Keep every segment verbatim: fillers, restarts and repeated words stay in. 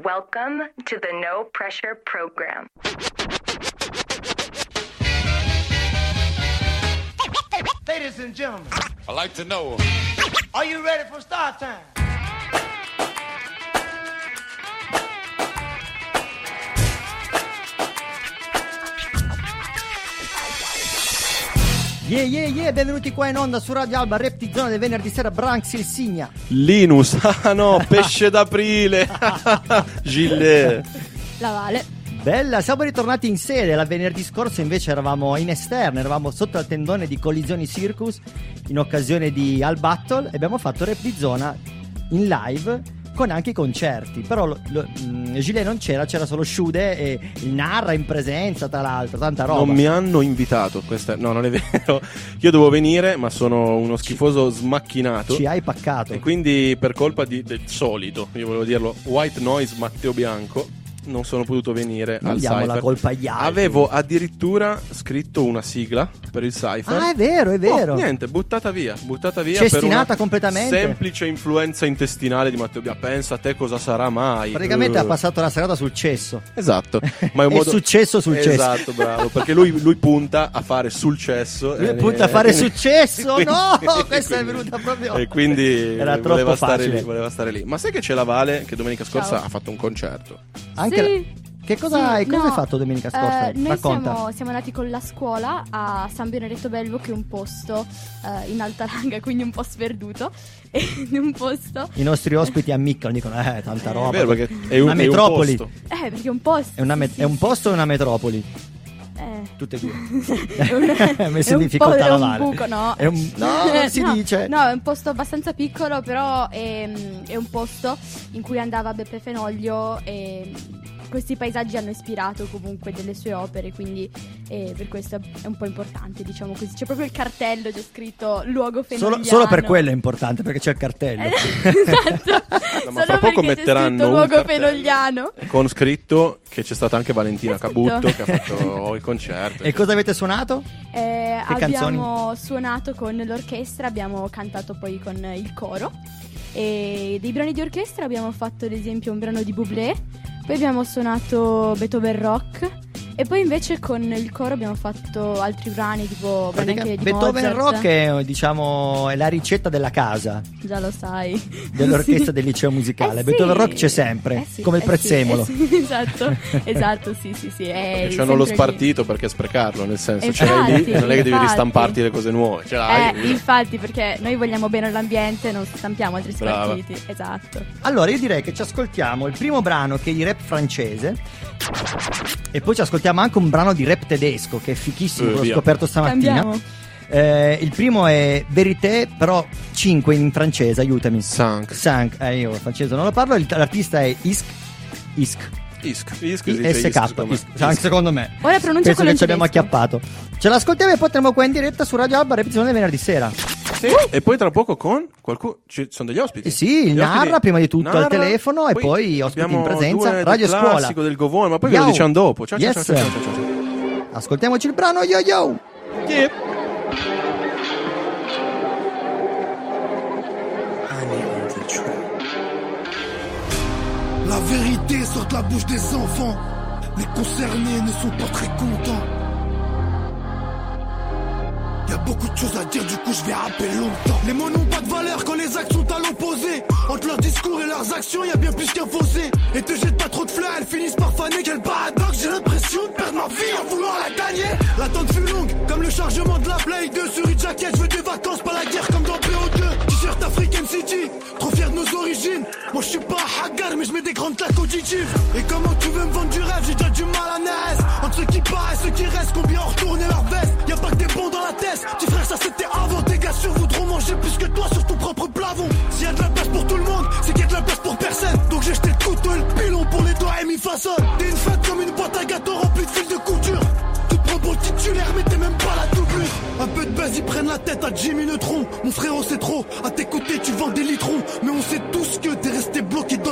Welcome to the No Pressure Program. Ladies and gentlemen, I'd like to know, are you ready for start time? Yeah, yeah, yeah, benvenuti qua in onda su Radio Alba, Rap di Zona del venerdì sera, Branx il Signa. Linus, ah no, pesce d'aprile. Gillet. La Vale. Bella, siamo ritornati in sede. La venerdì scorso invece eravamo in esterno, eravamo sotto al tendone di Collisioni Circus in occasione di Al Battle e abbiamo fatto Rap di Zona in live con anche i concerti. Però lo, lo, mh, Gillet non c'era, c'era solo Shude e il Narra in presenza, tra l'altro, tanta roba. Non mi hanno invitato, questa... no, non è vero. Io dovevo venire, ma sono uno schifoso smacchinato. Ci hai paccato. E quindi per colpa di, del solito, io volevo dirlo, White Noise Matteo Bianco, non sono potuto venire non al diamo Cypher. la colpa agli altri. Avevo addirittura scritto una sigla per il Cypher. Ah, è vero, è vero. Oh, niente, buttata via, buttata via. Cestinata per una completamente. semplice influenza intestinale di Matteo Bianco. Pensa a te cosa sarà mai. Praticamente uh. ha passato la serata sul cesso. Esatto. Ma è, un è modo... successo sul cesso. Esatto, bravo. Perché lui, lui punta a fare sul cesso. Lui e... punta a fare successo. quindi... No, questa è venuta proprio. E quindi era troppo voleva stare facile. lì, voleva stare lì. Ma sai che c'è la Vale che domenica scorsa Ciao. ha fatto un concerto? Anche Sì. la... Che cosa, Sì, cosa no, hai fatto domenica scorsa? Eh, noi Racconta. siamo, siamo andati con la scuola a San Benedetto Belvo, che è un posto eh, in Alta Langa, quindi un po' sperduto. E in un posto. I nostri ospiti ammiccano, dicono eh, tanta roba. È vero, perché è un, una è un metropoli. posto. Eh, perché è un posto. È, una me- sì, è un sì, posto o una metropoli? Eh. Tutte e due. È un, Ha messo è in un difficoltà po', è la un Vale. buco, no? È un... No, non si no, dice. No, è un posto abbastanza piccolo, però è, è un posto in cui andava Beppe Fenoglio e questi paesaggi hanno ispirato comunque delle sue opere, quindi eh, per questo è un po' importante, diciamo così. C'è proprio il cartello, c'è scritto luogo fenogliano. Solo, solo per quello è importante, perché c'è il cartello. Eh, esatto. No, ma Solo fra poco perché c'è metteranno scritto un luogo cartello fenogliano. Con scritto che c'è stata anche Valentina Esatto. Cabutto che ha fatto il concerto. E cosa avete suonato? Eh, Che abbiamo canzoni? suonato con l'orchestra, abbiamo cantato poi con il coro. E dei brani di orchestra abbiamo fatto ad esempio un brano di Bublé, poi abbiamo suonato Beethoven Rock e poi invece con il coro abbiamo fatto altri brani tipo brani anche di Beethoven Mozart. Rock è, diciamo, è la ricetta della casa Già lo sai. dell'orchestra Sì. del liceo musicale. Eh Beethoven sì. Rock c'è sempre, Eh sì, come il eh prezzemolo. sì, eh sì, esatto, esatto, sì, sì, sì. È Ci hanno lo sempre lì. spartito perché sprecarlo, nel senso E ce l'hai lì infatti, e non è che devi infatti. ristamparti le cose nuove, ce l'hai. Eh, infatti, perché noi vogliamo bene all'ambiente, non stampiamo altri Brava. spartiti. Esatto. Allora io direi che ci ascoltiamo il primo brano, che è di rap francese, e poi ci ascoltiamo anche un brano di rap tedesco che è fichissimo, Eh, l'ho via. scoperto stamattina. Cambiamo. Eh, il primo è Vérité, però cinque in francese, aiutami. Cinq. Cinq, eh, io il francese non lo parlo. Il- L'artista è Isk Isk Isk, Isk, si dice I S K, secondo me. Isk, anche secondo me. Ora pronuncia Penso quello che in ci abbiamo tedesco. acchiappato. Ce l'ascoltiamo e poi torniamo qua in diretta su Radio Alba, repetizione del venerdì sera. Sì, e poi tra poco con qualcuno ci sono degli ospiti. Eh sì, il Gli Narra ospiti- prima di tutto al Narra, telefono e poi ospiti in abbiamo presenza, due Radio del Scuola. classico del Govone, ma poi ve Yo. lo diciamo dopo. Ciao, ciao, Yes. ciao, ciao, ciao, ciao, ciao. Ascoltiamoci il brano Yo Yo. Yeah. La vérité sort de la bouche des enfants. Les concernés ne sont pas très contents. Y'a beaucoup de choses à dire, du coup je vais rapper longtemps. Les mots n'ont pas de valeur quand les actes sont à l'opposé. Entre leurs discours et leurs actions, y'a bien plus qu'un fossé. Et te jette pas trop de fleurs, elles finissent par faner. Quel paradoxe, j'ai l'impression de perdre ma vie en vouloir la gagner. L'attente fut longue, comme le chargement de la Play deux sur une jaquette. Je veux des vacances, pas la guerre comme dans P O deux. T-shirt African City, trop fier de nos origines. Moi je suis pas hagar, mais je mets des grandes claques auditives. Et comment tu veux me vendre du rêve, j'ai déjà du mal à naître. Entre ceux qui partent et ceux qui restent, combien ont retourné leur veste. Y'a pas que des bons dans la tête. Petit frère, ça c'était avant. Tes gars sûrs voudront manger plus que toi sur ton propre plafond. S'il y a de la place pour tout le monde, c'est qu'il y a de la place pour personne. Donc j'ai jeté le couteau et le pilon pour les doigts et mi façon. T'es une fête comme une boîte à gâteaux remplie de fils de couture. Tu te prends pour titulaire, mais t'es même pas la doublure. Un peu de buzz, ils prennent la tête à Jimmy Neutron. Mon frérot, c'est trop. À tes côtés, tu vends des litrons. Mais on sait tous que t'es resté bloqué dans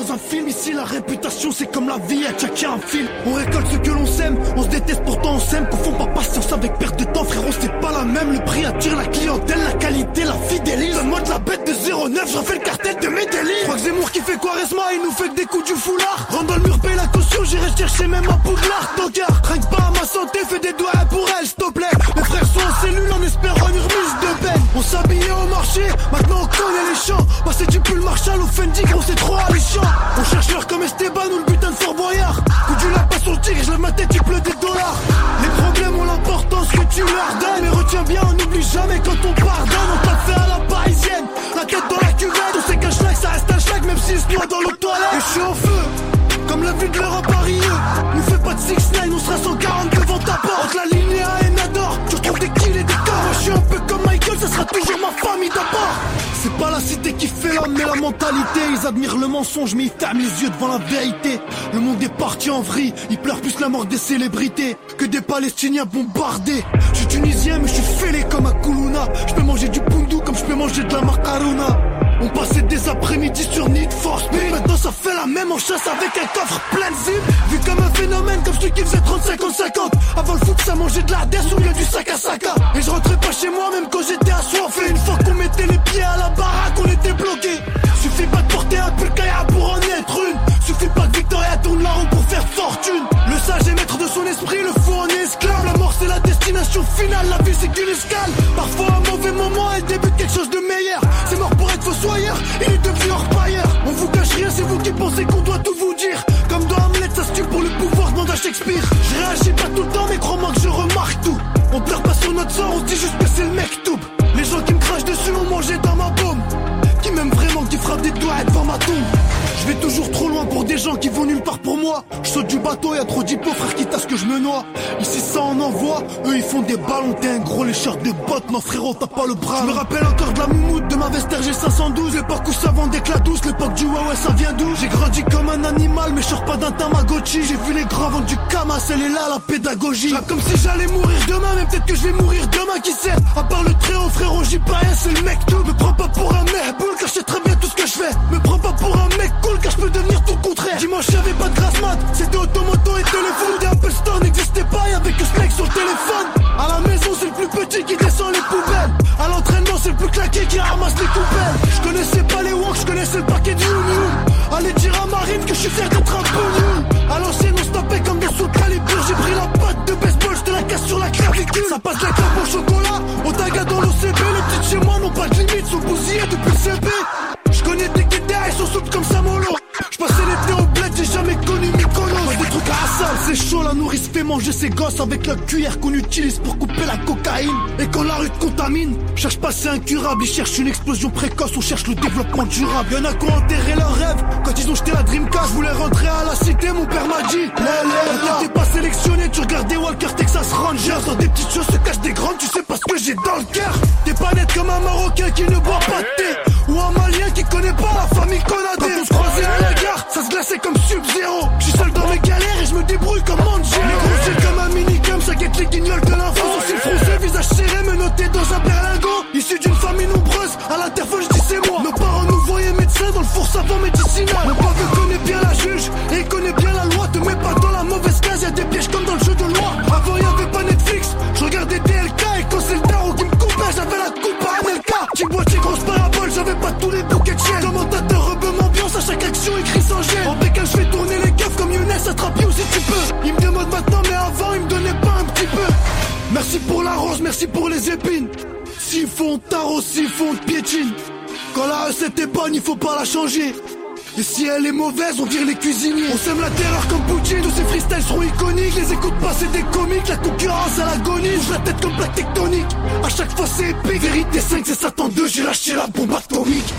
dans un film. Ici la réputation c'est comme la vie, à chacun un film. On récolte ce que l'on sème, on se déteste pourtant on s'aime. Confond pas patience avec perte de temps, frérot c'est pas la même. Le prix attire la clientèle, la qualité, la fidélise. Donne-moi de la bête de zéro neuf, j'en fais le cartel de mes délires. Je crois que Zemmour qui fait Quaresma, il nous fait que des coups du foulard. Rentre dans le mur, paye la caution, j'irai chercher même un Poudlard. Ton cœur, craque pas à ma santé, fais des doigts pour elle, s'il te plaît. Mes frères sont en cellule en espérant une remise de peine. On s'habillait au marché, maintenant on connaît les champs. Passer du pull Marshall au Fendi, gros c'est trop alléchant. On cherche l'heure comme Esteban ou le butin de Fort Boyard. Coup du lapin sur le tigre, je lève ma tête, il pleut des dollars. Les problèmes ont l'importance que tu leur donnes. Mais retiens bien, on n'oublie jamais quand on pardonne. On t'a fait à la parisienne, la tête dans la cuvette. On sait qu'un schlag ça reste un schlag même s'il se noie dans l'eau de toilette. Et je suis en feu, comme la vue de l'Europe à Rio. Nous fais pas de six neuf, on sera cent quarante devant ta porte. Entre la ligne A et Nador, tu retrouves des kills et des corps. Moi je suis un peu comme Michael, ça sera toujours ma famille d'abord. C'est pas la cité qui fait l'homme mais la mentalité. Ils admirent le mensonge mais ils ferment les yeux devant la vérité. Le monde est parti en vrille, ils pleurent plus la mort des célébrités que des Palestiniens bombardés. Je suis tunisien mais je suis fêlé comme à Koulouna. Je peux manger du poundou comme je peux manger de la macarona. On passait des après-midi sur Need for Speed. Maintenant ça fait la même en chasse avec un coffre plein de zip. Vu comme un phénomène comme celui qui faisait trente cinquante cinquante. Avant le foot ça mangeait de la desse au lieu du sac à sac. Et je rentrais pas chez moi même quand j'étais assoiffé. Une fois qu'on mettait les pieds à la baraque on était bloqué. Suffit pas de porter un pull Kaya pour en être une. Suffit pas que Victoria tourne la roue pour faire fortune. Le sage est maître de son esprit, le fou en est esclave. La mort c'est la destination finale, la vie c'est qu'une escale. Parfois un mauvais moment et le début de quelque chose de meilleur. C'est mort pour être fossoyeur, il est devenu orpailleur. On vous cache rien, c'est vous qui pensez qu'on doit tout vous dire. Comme dans Hamlet ça se tue pour le pouvoir, demande à Shakespeare. Je réagis pas tout le temps mais crois-moi que je remarque tout. On pleure pas sur notre sort, on se dit juste que c'est le mec tout. Les gens qui me crachent dessus ont mangé dans ma paume. Qui m'aiment vraiment, qui frappent des doigts devant ma tombe. Je vais toujours trop loin pour des gens qui vont nulle part pour moi. Je saute du bateau, y'a trop d'hypo, frère, quitte à ce que je me noie. Ici ça en envoie, eux ils font des ballons. T'es un gros lécheur de bottes, non frérot t'as pas le bras. Je me rappelle encore de la moumoute, de ma Vester G cinq cent douze. L'époque où ça vendait que la douce, l'époque du Huawei ça vient d'où. J'ai grandi comme un animal mais je sors pas d'un Tamagotchi. J'ai vu les grands vendre du Kamas, elle est là la pédagogie. Là, comme si j'allais mourir demain, mais peut-être que je vais mourir demain, qui sait. À part le très haut frérot, j'y pas rien, c'est le mec tout. Me prends pas pour un mehboul car je sais très bien tout ce que je fais. Me prends pas pour un mec cool car je peux devenir tout le contraire. Dimanche y'avait pas de grasse mat, c'était automoto et téléphone. Des Apple Store n'existait pas, y'avait que Snake sur le téléphone. À la maison c'est le plus petit qui descend les poubelles. À l'entraînement c'est le plus claqué qui ramasse les coupelles. Je connaissais pas les walks, je connaissais le paquet du Youn. Allez dire à Marine que je suis fier d'être un peu nul. À l'ancienne on se tapait comme des sous de calibre. J'ai pris la patte de baseball, je te la casse sur la clavicule. Ça passe de la clope au chocolat, au taga dans l'O C B. Les petites chez moi n'ont pas de limite, sont bousillées depuis le C B. Je connais des guitares, ils sont souples comme Samolo. J'passais l'été au bled, j'ai jamais connu Mykonos. Moi des trucs à la salle, c'est chaud, la nourrice fait manger ses gosses avec la cuillère qu'on utilise pour couper la cocaïne. Et quand la rue te contamine, cherche pas c'est incurable. Ils cherchent une explosion précoce, on cherche le développement durable. Y'en a qui ont enterré leurs rêves quand ils ont jeté la Dreamcast. Je voulais rentrer à la cité, mon père m'a dit quand t'es pas sélectionné, tu regardais Walker Texas Rangers. Dans des petites choses se cachent des grandes, tu sais pas ce que j'ai dans le cœur. T'es pas net comme un Marocain qui ne boit pas de thé, ou un Malien qui connaît pas la famille Konadé. Quand on se croisait à la gare, ça se glaçait comme Sub-Zero. J'suis seul dans mes galères et je me débrouille comme Angelo. Les gros c'est comme un minicum, ça guette les guignols de l'info. Sourcils froncés, visage serré, menotté dans un berlingot. Issu d'une famille nombreuse, à l'interphone j'dis c'est moi. Nos parents nous voyaient médecins dans le four savant médicinal. Mon papa connaît bien la juge et il connaît bien la loi. Te mets pas dans la mauvaise case, y'a des pièges comme dans le jeu de loi. Avant y'avait pas Netflix, j'regardais D L K. Et quand c'est le tarot qui me coupait, j'avais la coupe à Anelka. Petite boîtier, grosse parabole, j'avais pas tous les bouquets de chiens. Commentateur, rebeu, ambiance, à chaque action écrit sans gêne. En bécane, je fais tourner les keufs comme Younes, attrape où si tu peux. Il me demande maintenant, mais avant, il me donnait pas un petit peu. Merci pour la rose, merci pour les épines. S'il faut on t'arrose, s'il faut on te piétine. Quand la recette est bonne, il faut pas la changer. Et si elle est mauvaise, on vire les cuisiniers. On sème la terreur comme Poutine, tous ces freestyles seront iconiques. Les écoute pas, c'est des comiques, la concurrence à l'agonie. Bouge la tête comme plaque tectonique, à chaque fois c'est épique. Vérité cinq, c'est Satan deux, j'ai lâché la bombe atomique.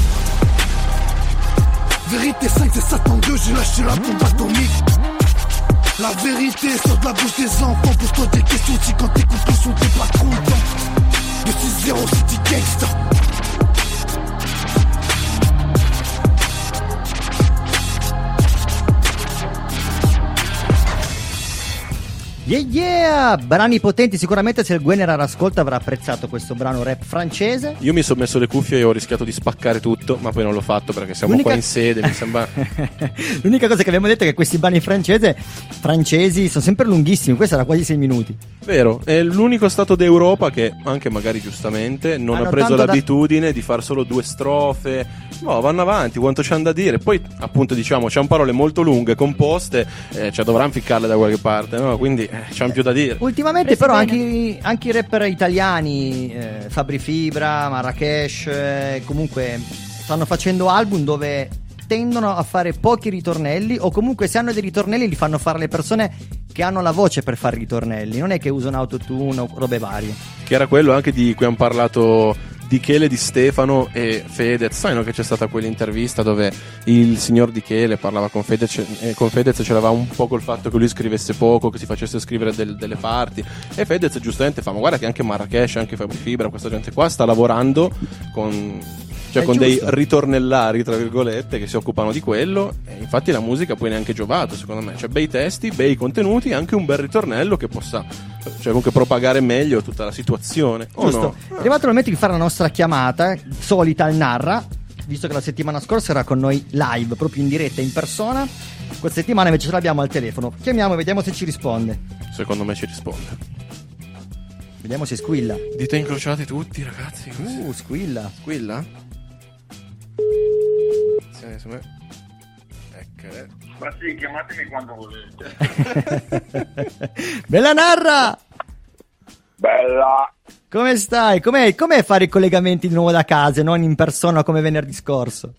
Vérité cinq, c'est Satan deux, j'ai lâché la bombe atomique. La vérité sort de la bouche des enfants. Pose-toi des questions si quand t'écoutes le son t'es pas content. De six zéro City Gangsta. Yeah yeah! Brani potenti, sicuramente se il Gwen era all'ascolto avrà apprezzato questo brano rap francese. Io mi sono messo le cuffie e ho rischiato di spaccare tutto, ma poi non l'ho fatto perché siamo L'unica... qua in sede, mi sembra. L'unica cosa che abbiamo detto è che questi brani francese, francesi sono sempre lunghissimi, questo era quasi sei minuti. Vero, è l'unico stato d'Europa che, anche magari giustamente, non Hanno ha preso tanto l'abitudine da... di far solo due strofe. No, vanno avanti, quanto c'hanno da dire. Poi, appunto, diciamo, c'hanno parole molto lunghe, composte, eh, cioè dovranno ficcarle da qualche parte, no? Quindi eh, c'hanno più da dire. Ultimamente però anche, anche i rapper italiani, eh, Fabri Fibra, Marrakesh, eh, comunque stanno facendo album dove tendono a fare pochi ritornelli, o comunque se hanno dei ritornelli li fanno fare le persone che hanno la voce per fare ritornelli, non è che usano autotune o robe varie. Che era quello anche di cui hanno parlato Di Chele, Di Stefano e Fedez. Sai, no, che c'è stata quell'intervista dove il signor Di Chele parlava con Fedez, e con Fedez c'era un po' col fatto che lui scrivesse poco, che si facesse scrivere del, delle parti, e Fedez giustamente fa: ma guarda che anche Marrakesh, anche Fabri Fibra, questa gente qua sta lavorando con... cioè è con giusto. Dei ritornellari tra virgolette che si occupano di quello, e infatti la musica poi ne è anche giovato, secondo me. Cioè bei testi, bei contenuti e anche un bel ritornello che possa, cioè comunque propagare meglio tutta la situazione. Giusto. No? È arrivato il momento di fare la nostra chiamata solita al Narra, visto che la settimana scorsa era con noi live, proprio in diretta, in persona. Questa settimana invece ce l'abbiamo al telefono. Chiamiamo e vediamo se ci risponde. Secondo me ci risponde. Vediamo se squilla. Dite incrociate tutti, ragazzi. Così. Uh, squilla. Squilla? Sì, insomma. Ecco. Ma sì, chiamatemi quando volete. Bella Narra! Bella! Come stai? Com'è, com'è fare i collegamenti di nuovo da casa, non in persona come venerdì scorso?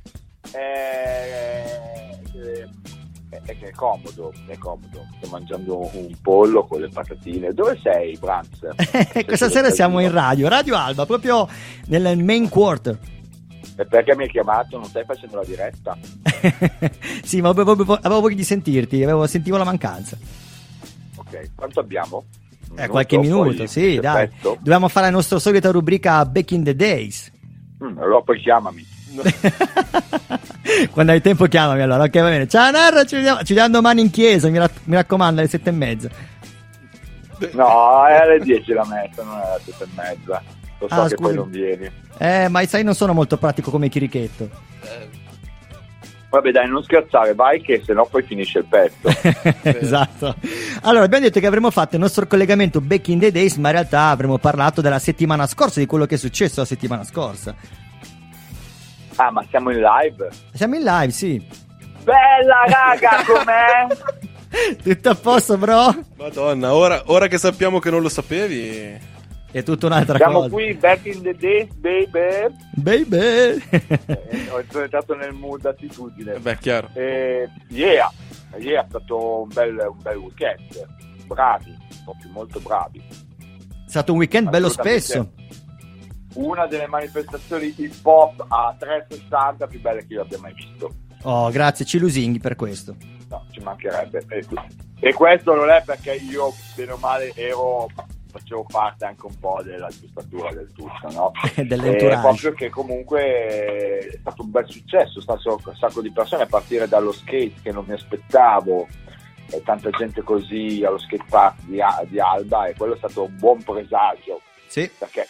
Eh, eh, è, è comodo, è comodo. Sto mangiando un pollo con le patatine. Dove sei, Branz? Questa sera siamo in radio, Radio Alba, proprio nel main quarter. E perché mi hai chiamato? Non stai facendo la diretta? Sì, ma avevo, avevo, avevo voglia di sentirti, avevo, sentivo la mancanza. Ok, quanto abbiamo? Un Eh, qualche minuto, sì, dai. Perfetto. Dobbiamo fare la nostra solita rubrica Back in the Days. Mm, allora poi chiamami. Quando hai tempo chiamami allora, ok, va bene. Ciao Narra, ci vediamo, ci vediamo domani in chiesa, mi, rac- mi raccomando, alle sette e mezza. No, è alle dieci la messa, non è alle sette e mezza. Lo so Ah, che scusi. poi non vieni. Eh, ma sai, non sono molto pratico come Chirichetto. Vabbè dai, non scherzare, vai che sennò poi finisce il pezzo. Esatto. Allora, abbiamo detto che avremmo fatto il nostro collegamento Back in the Days, ma in realtà avremmo parlato della settimana scorsa, di quello che è successo la settimana scorsa. Ah, ma siamo in live? Siamo in live, sì. Bella raga, com'è? Tutto a posto, bro? Madonna, ora, ora che sappiamo che non lo sapevi... È tutta un'altra Siamo cosa. qui, back in the days, baby. Baby. Eh, ho entrato nel mood attitudine. Beh, chiaro. Eh, yeah, yeah, è stato un bel, un bel weekend. Bravi, proprio molto bravi. È stato un weekend bello Assolutamente. spesso. Una delle manifestazioni hip hop a trecentosessanta più belle che io abbia mai visto. Oh, grazie, ci lusinghi per questo. No, ci mancherebbe. E, e questo non è perché io, bene o male, ero... facevo parte anche un po' della giustatura del tutto, no? Dell'entourage. Eh, proprio che comunque è stato un bel successo, è stato un sacco di persone a partire dallo skate che non mi aspettavo, e tanta gente così allo skate park di, di Alba, e quello è stato un buon presagio. Sì. Perché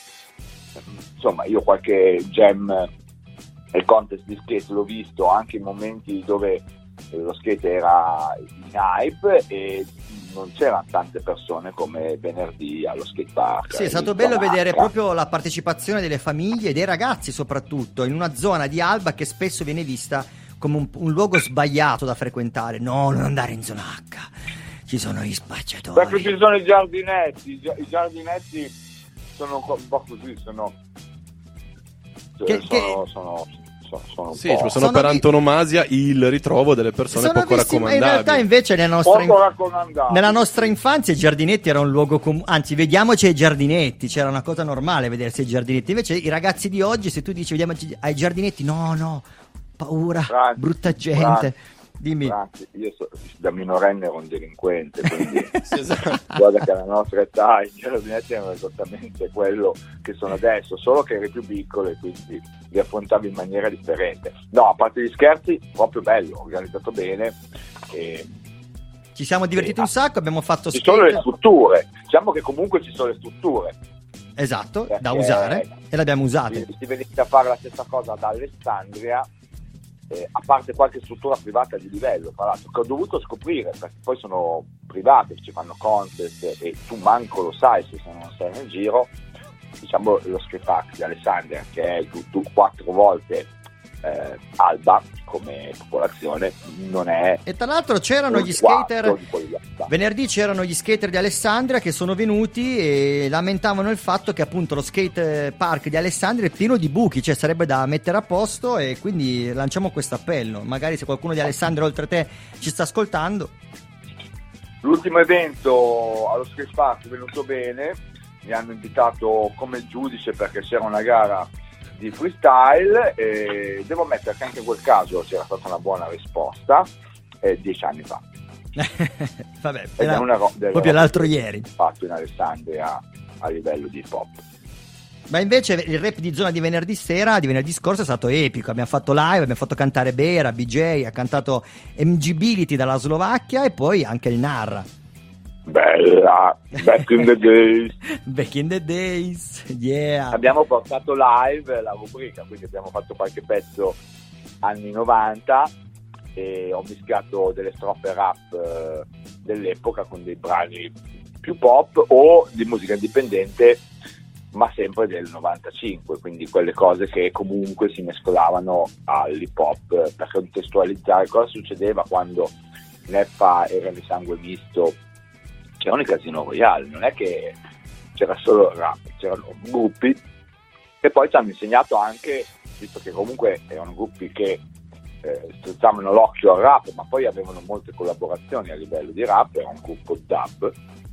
insomma io qualche jam e contest di skate l'ho visto anche in momenti dove lo skate era in hype e non c'erano tante persone come venerdì allo skate park. Sì, è stato in bello zona vedere H. proprio la partecipazione delle famiglie e dei ragazzi soprattutto in una zona di Alba che spesso viene vista come un, un luogo sbagliato da frequentare. No, non andare in zona H, ci sono gli spacciatori. Perché ci sono i giardinetti, i, gi- i giardinetti sono un po' così, sono Che- sono, che- sono, sono, sono un Sì, po'. cioè, sono, Sono per vi- antonomasia il ritrovo delle persone Sono poco visti- in raccomandabili. realtà invece nella nostra, poco raccomandabili. nella nostra infanzia i giardinetti era un luogo comune, anzi vediamoci ai giardinetti, c'era una cosa normale vedersi ai giardinetti, invece i ragazzi di oggi se tu dici vediamoci ai giardinetti, no no, paura, Franzi, brutta gente. Franzi, Dimmi. Franzi, io so, da minorenne ero un delinquente, quindi Sì, esatto. guarda che alla nostra età i giardinetti erano esattamente quello che sono adesso, solo che eri più piccolo e quindi li affrontavi in maniera differente. No, a parte gli scherzi, proprio bello, organizzato bene e Ci siamo divertiti Sì, un sacco, abbiamo fatto ci skate. sono le strutture, diciamo che comunque ci sono le strutture. Esatto, Perché da usare e le abbiamo usate. Se venite a fare la stessa cosa ad Alessandria, eh, a parte qualche struttura privata di livello, tra l'altro, che ho dovuto scoprire, perché poi sono private, ci fanno contest e tu manco lo sai se non sei nel giro, diciamo lo skate park di Alessandria, che è tu, tu quattro volte eh, Alba come popolazione, non è. E tra l'altro c'erano un gli quarto skater. di quelli di Alba. Venerdì c'erano gli skater di Alessandria che sono venuti e lamentavano il fatto che appunto lo skate park di Alessandria è pieno di buchi, cioè sarebbe da mettere a posto, e quindi lanciamo questo appello. Magari se qualcuno di Alessandria oltre te ci sta ascoltando. L'ultimo evento allo skate park è venuto bene, mi hanno invitato come giudice perché c'era una gara di freestyle e devo ammettere che anche in quel caso c'era stata una buona risposta eh, dieci anni fa. Vabbè, Ed era è una ro- proprio l'altro ieri. fatto in Alessandria a livello di hip hop. Ma invece il rap di zona di venerdì sera, di venerdì scorso, è stato epico. Abbiamo fatto live, abbiamo fatto cantare Bera, B J, ha cantato M G Bility dalla Slovacchia e poi anche il Narra. Bella, back in the days. Back in the days, yeah. Abbiamo portato live la rubrica, quindi abbiamo fatto qualche pezzo anni novanta e ho mischiato delle strofe rap eh, dell'epoca con dei brani più pop o di musica indipendente, ma sempre del novantacinque, quindi quelle cose che comunque si mescolavano all'hip hop. Per contestualizzare cosa succedeva quando Neffa era di sangue misto, c'erano i Casino Royale, non è che c'era solo rap, c'erano gruppi e poi ci hanno insegnato anche, visto che comunque erano gruppi che eh, strizzavano l'occhio al rap, ma poi avevano molte collaborazioni a livello di rap, era un gruppo dub,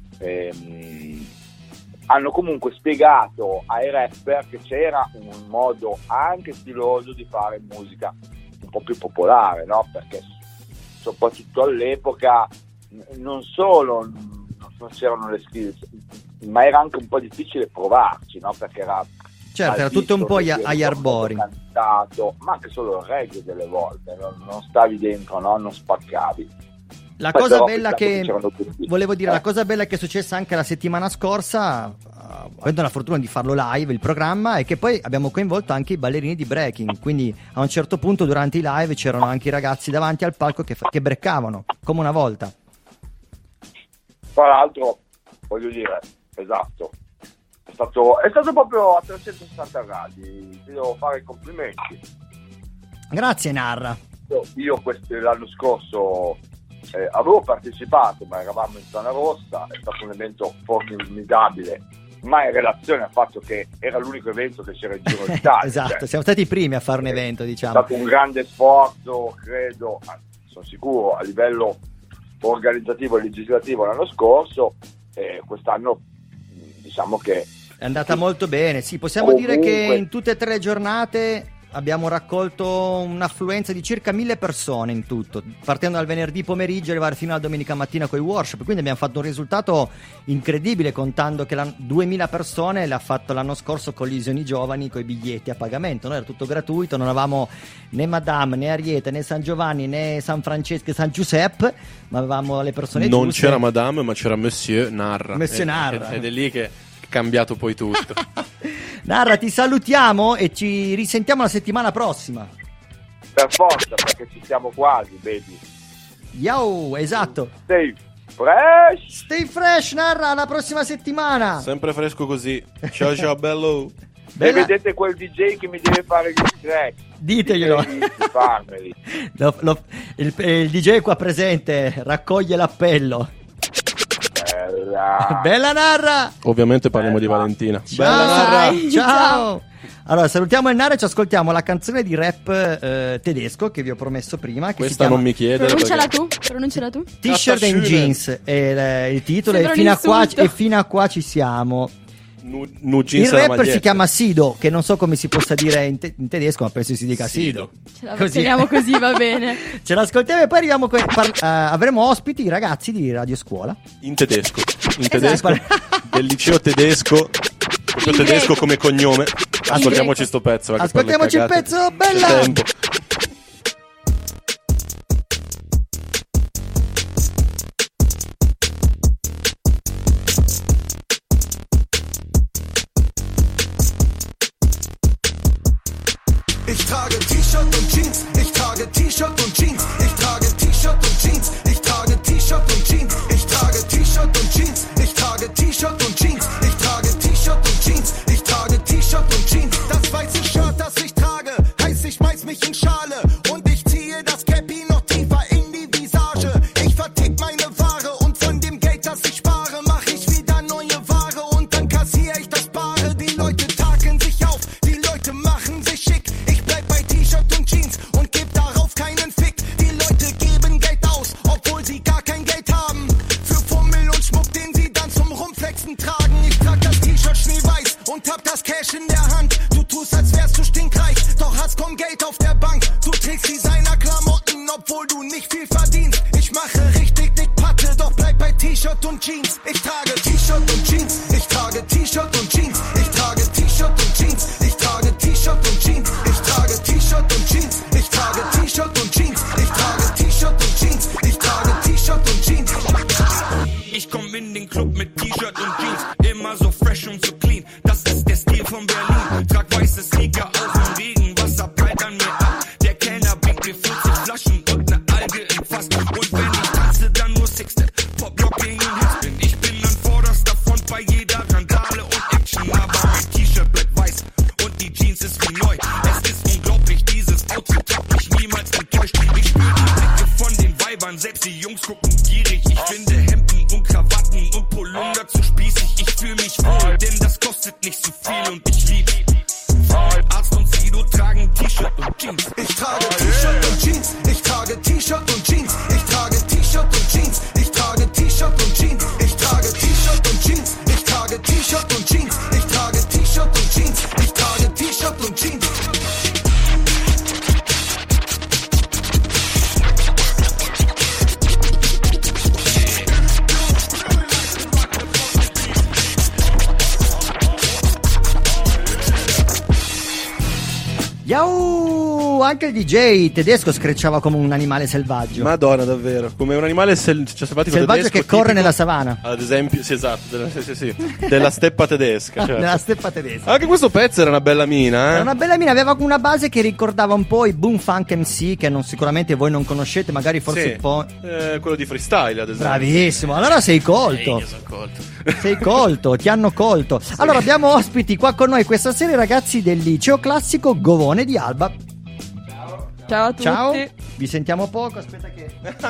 ehm, hanno comunque spiegato ai rapper che c'era un modo anche stiloso di fare musica un po' più popolare, no? Perché soprattutto all'epoca non solo non c'erano le skills, ma era anche un po' difficile provarci, no? Perché era certo, era tutto un po' agli, agli arbori, cantato, ma anche solo il reggae delle volte, non, non stavi dentro, no? Non spaccavi. La Poi cosa però bella che tutti. volevo dire, eh. la cosa bella che è successa anche la settimana scorsa, uh, avendo la fortuna di farlo live il programma, è che poi abbiamo coinvolto anche i ballerini di breaking, quindi a un certo punto durante i live c'erano anche i ragazzi davanti al palco che, che breccavano come una volta. Tra l'altro, voglio dire, esatto, è stato, è stato proprio a trecentosessanta gradi, ti devo fare i complimenti. Grazie Narra. Io, io questo, l'anno scorso eh, avevo partecipato, ma eravamo in zona rossa, è stato un evento formidabile, ma in relazione al fatto che era l'unico evento che c'era in giro d'Italia. Esatto, cioè, siamo stati i primi a fare un evento, diciamo. È stato un grande sforzo, credo, sono sicuro, a livello organizzativo e legislativo l'anno scorso, e quest'anno diciamo che è andata molto bene, sì, possiamo comunque dire che in tutte e tre le giornate abbiamo raccolto un'affluenza di circa mille persone in tutto, partendo dal venerdì pomeriggio e arrivare fino alla domenica mattina con i workshop, quindi abbiamo fatto un risultato incredibile, contando che la, duemila persone l'ha fatto l'anno scorso con Lisioni Giovani con i biglietti a pagamento, no? Era tutto gratuito, non avevamo né Madame né Ariete né San Giovanni né San Francesco e San Giuseppe, ma avevamo le persone non giuste. c'era Madame, ma c'era Monsieur Narra. Monsieur Ed- Narra. Ed è lì che è cambiato poi tutto. Narra, ti salutiamo e ci risentiamo la settimana prossima. per forza, perché ci siamo quasi, baby. Yo, esatto. Stay fresh. Stay fresh, Narra, alla prossima settimana. Sempre fresco così. Ciao ciao bello. Bella- E vedete quel D J che mi deve fare gli track. Diteglielo. Farmeli. Lo- lo- il, il D J qua presente raccoglie l'appello. Bella. Bella Narra. Ovviamente parliamo di Valentina. Ciao. Bella Narra. Dai. Ciao. Allora salutiamo il Narra e ci ascoltiamo la canzone di rap eh, tedesco che vi ho promesso prima, che Questa si chiama non mi chiedere Pronunciala perché- tu, pronunciala tu. T-shirt and Schüler. jeans è il, il titolo, Sembra e fino, a un qua, insulto. e fino a qua ci siamo. Nu, nu Il jeans alla rapper si maglietta. chiama Sido, che non so come si possa dire in, te- in tedesco, ma penso si dica Sido. Sido. Ce la Così. teniamo così, va bene. Ce l'ascoltiamo e poi arriviamo que- par- eh, avremo ospiti i ragazzi di Radio Scuola. In tedesco. In Esatto. tedesco. Del liceo tedesco. Proprio In tedesco greco. come cognome. Ascoltiamoci sto pezzo. va che Ascoltiamoci parlo il di cagate. pezzo, bella! C'è tempo. Ich trage T-Shirt und Jeans, ich trage T-Shirt und Jeans, ich trage T-Shirt und Jeans, ich trage T-Shirt und Jeans, ich trage T-Shirt und Jeans, ich trage T-Shirt und Jeans, ich trage T-Shirt und Jeans, ich trage T-Shirt und Jeans. Das weiße Shirt, das ich trage, heißt ich schmeiß mich in Schale und ich ziehe das Cappy noch tiefer in die Visage. Ich vertick meine Ware und von dem Geld, das ich spare, mach ich wieder neue Ware und dann kassiere ich das Bare. Die Leute takeln sich auf, die Leute machen sich schick. Ich bleib bei T-Shirt und Jeans und geb darauf keinen Fick. Die Leute geben Geld aus, obwohl sie gar kein Geld haben. Für Fummel und Schmuck, den sie dann zum Rumflexen tragen. Ich trag das T-Shirt schneeweiß und hab das Cash in der Hand. Du tust, als wärst du stinkreich, doch hast kaum Geld auf der Bank. Du trägst Designer-Klamotten, obwohl du nicht viel verdienst. Ich mache richtig dick Patte, doch bleib bei T-Shirt und Jeans. Ich trage T-Shirt und Jeans, ich trage T-Shirt und Jeans, ich trage T-Shirt und Jeans, ich trage T-Shirt und Jeans, ich trage T-Shirt und Jeans, ich trage T-Shirt und Jeans, ich trage T-Shirt und Jeans, ich trage T-Shirt und Jeans. Ich komm in den Club mit T-Shirt und Jeans, immer so fresh und so clean. Das ist der Stil von Berlin. Trag weiße Sneaker auf dem Regen, Wasser prallt an mir ab. Der Kellner bringt mir vierzig Flaschen und ne Alge im Fass. Und wenn ich tanze, dann nur Sixte, Pop-Locking und Hits. Ich bin an vorderster Front bei jeder Randale und Action. Aber mein T-Shirt bleibt weiß und die Jeans ist wie neu. Es ist unglaublich, dieses Outfit hat mich niemals enttäuscht. Ich spür die Blicke von den Weibern, selbst die Jungs gucken gierig. Ich finde Hemden und Krawatten und Polunder zu spießig. Ich fühl mich wohl, denn das kostet nicht so viel und ich lieb Arzt und Sido tragen T-Shirt und Jeans. Ich trage T-Shirt und Jeans, ich trage T-Shirt und Jeans, ich trage T-Shirt und Jeans, ich trage T-Shirt und Jeans, ich trage T-Shirt und Jeans, ich trage T-Shirt und Jeans, ich trage T-Shirt und Jeans, ich trage T-Shirt und Jeans. Yo, anche il D J tedesco screcciava come un animale selvaggio. Madonna, davvero. Come un animale sel- cioè, selvatico selvaggio tedesco, che corre tipico, nella savana. Ad esempio, sì, esatto, della, sì, sì, sì, della steppa tedesca. Certo. Nella steppa tedesca. Anche questo pezzo era una bella mina, eh? Era una bella mina, aveva una base che ricordava un po' i Boom Funk M C, che non, sicuramente voi non conoscete, magari forse Sì, un po'. eh, quello di freestyle, ad esempio. Bravissimo, allora sei colto. Sì, io sono colto. Sei colto, ti hanno colto. Allora abbiamo ospiti qua con noi questa sera i ragazzi del liceo classico Govone di Alba. Ciao a tutti. Ciao, vi sentiamo poco, aspetta che.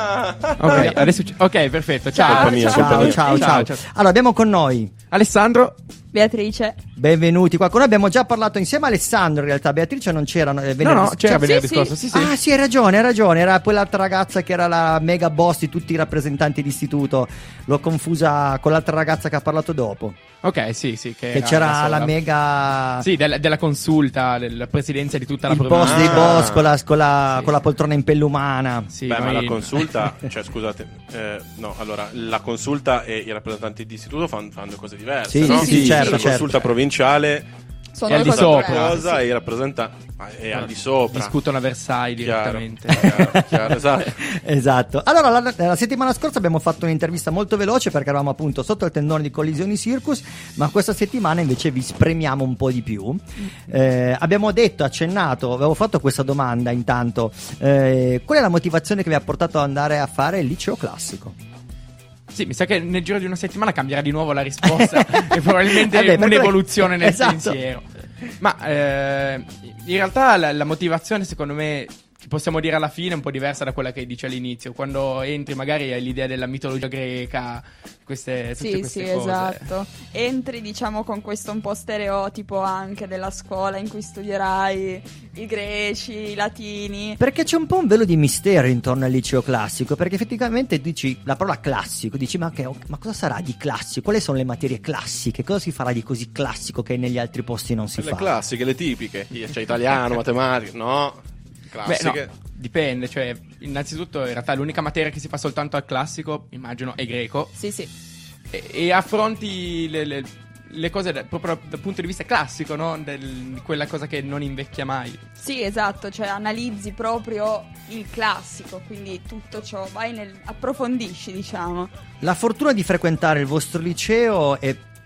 Ok, adesso c- ok, perfetto. Ciao. Colpa mia, colpa Ciao, mia. ciao, ciao, ciao. Allora abbiamo con noi Alessandro. Beatrice. benvenuti qua con noi, abbiamo già parlato insieme a Alessandro, in realtà Beatrice non c'era eh, venerdì No, no, scorso. c'era Sì, venerdì sì. scorso. Sì, sì. Ah sì, hai ragione, hai ragione, era quell'altra ragazza che era la mega boss di tutti i rappresentanti d'istituto. L'ho confusa con l'altra ragazza che ha parlato dopo, Ok, sì, sì. Che, che era c'era da sola. la mega Sì, della, della consulta, della presidenza di tutta la il provincia. boss dei Ah. boss con la, con la, Sì, con la sì. poltrona in pelle umana. Sì, Beh, ma noi- la consulta, cioè scusate, eh, no, allora la consulta e i rappresentanti di istituto fanno, fanno due cose diverse, Sì, no? sì, sì, certo, La certo. consulta provinciale Sono È al di cose sopra. diverse. cosa e i rappresentanti ma è al di sopra. discutono a Versailles Chiaro, direttamente. chiaro, chiaro, esatto. Esatto. Allora, la, la settimana scorsa abbiamo fatto un'intervista molto veloce perché eravamo appunto sotto il tendone di Collisioni Circus, ma questa settimana invece vi spremiamo un po' di più. Eh, abbiamo detto, accennato, avevo fatto questa domanda intanto, eh, qual è la motivazione che vi ha portato ad andare a fare il liceo classico? Sì, mi sa che nel giro di una settimana cambierà di nuovo la risposta e probabilmente Eh beh, perché- un'evoluzione nel Esatto. pensiero. Ma eh, in realtà la, la motivazione, secondo me, che possiamo dire alla fine è un po' diversa da quella che dice all'inizio. Quando entri magari hai l'idea della mitologia greca, queste, tutte Sì, queste sì, cose. esatto. Entri, diciamo, con questo un po' stereotipo anche della scuola in cui studierai i greci, i latini. Perché c'è un po' un velo di mistero intorno al liceo classico, perché effettivamente dici la parola classico, dici ma, che, ma cosa sarà di classico? Quali sono le materie classiche? Cosa si farà di così classico che negli altri posti non si Le fa? classiche, le tipiche, cioè italiano, matematica, no, Beh, classiche. no, dipende, cioè, innanzitutto in realtà l'unica materia che si fa soltanto al classico, immagino, è greco. Sì, sì. E, e affronti le, le- le cose da- proprio dal punto di vista classico, no? Del- quella cosa che non invecchia mai. Sì, esatto, cioè analizzi proprio il classico, quindi tutto ciò, vai nel, approfondisci, diciamo. La fortuna di frequentare il vostro liceo è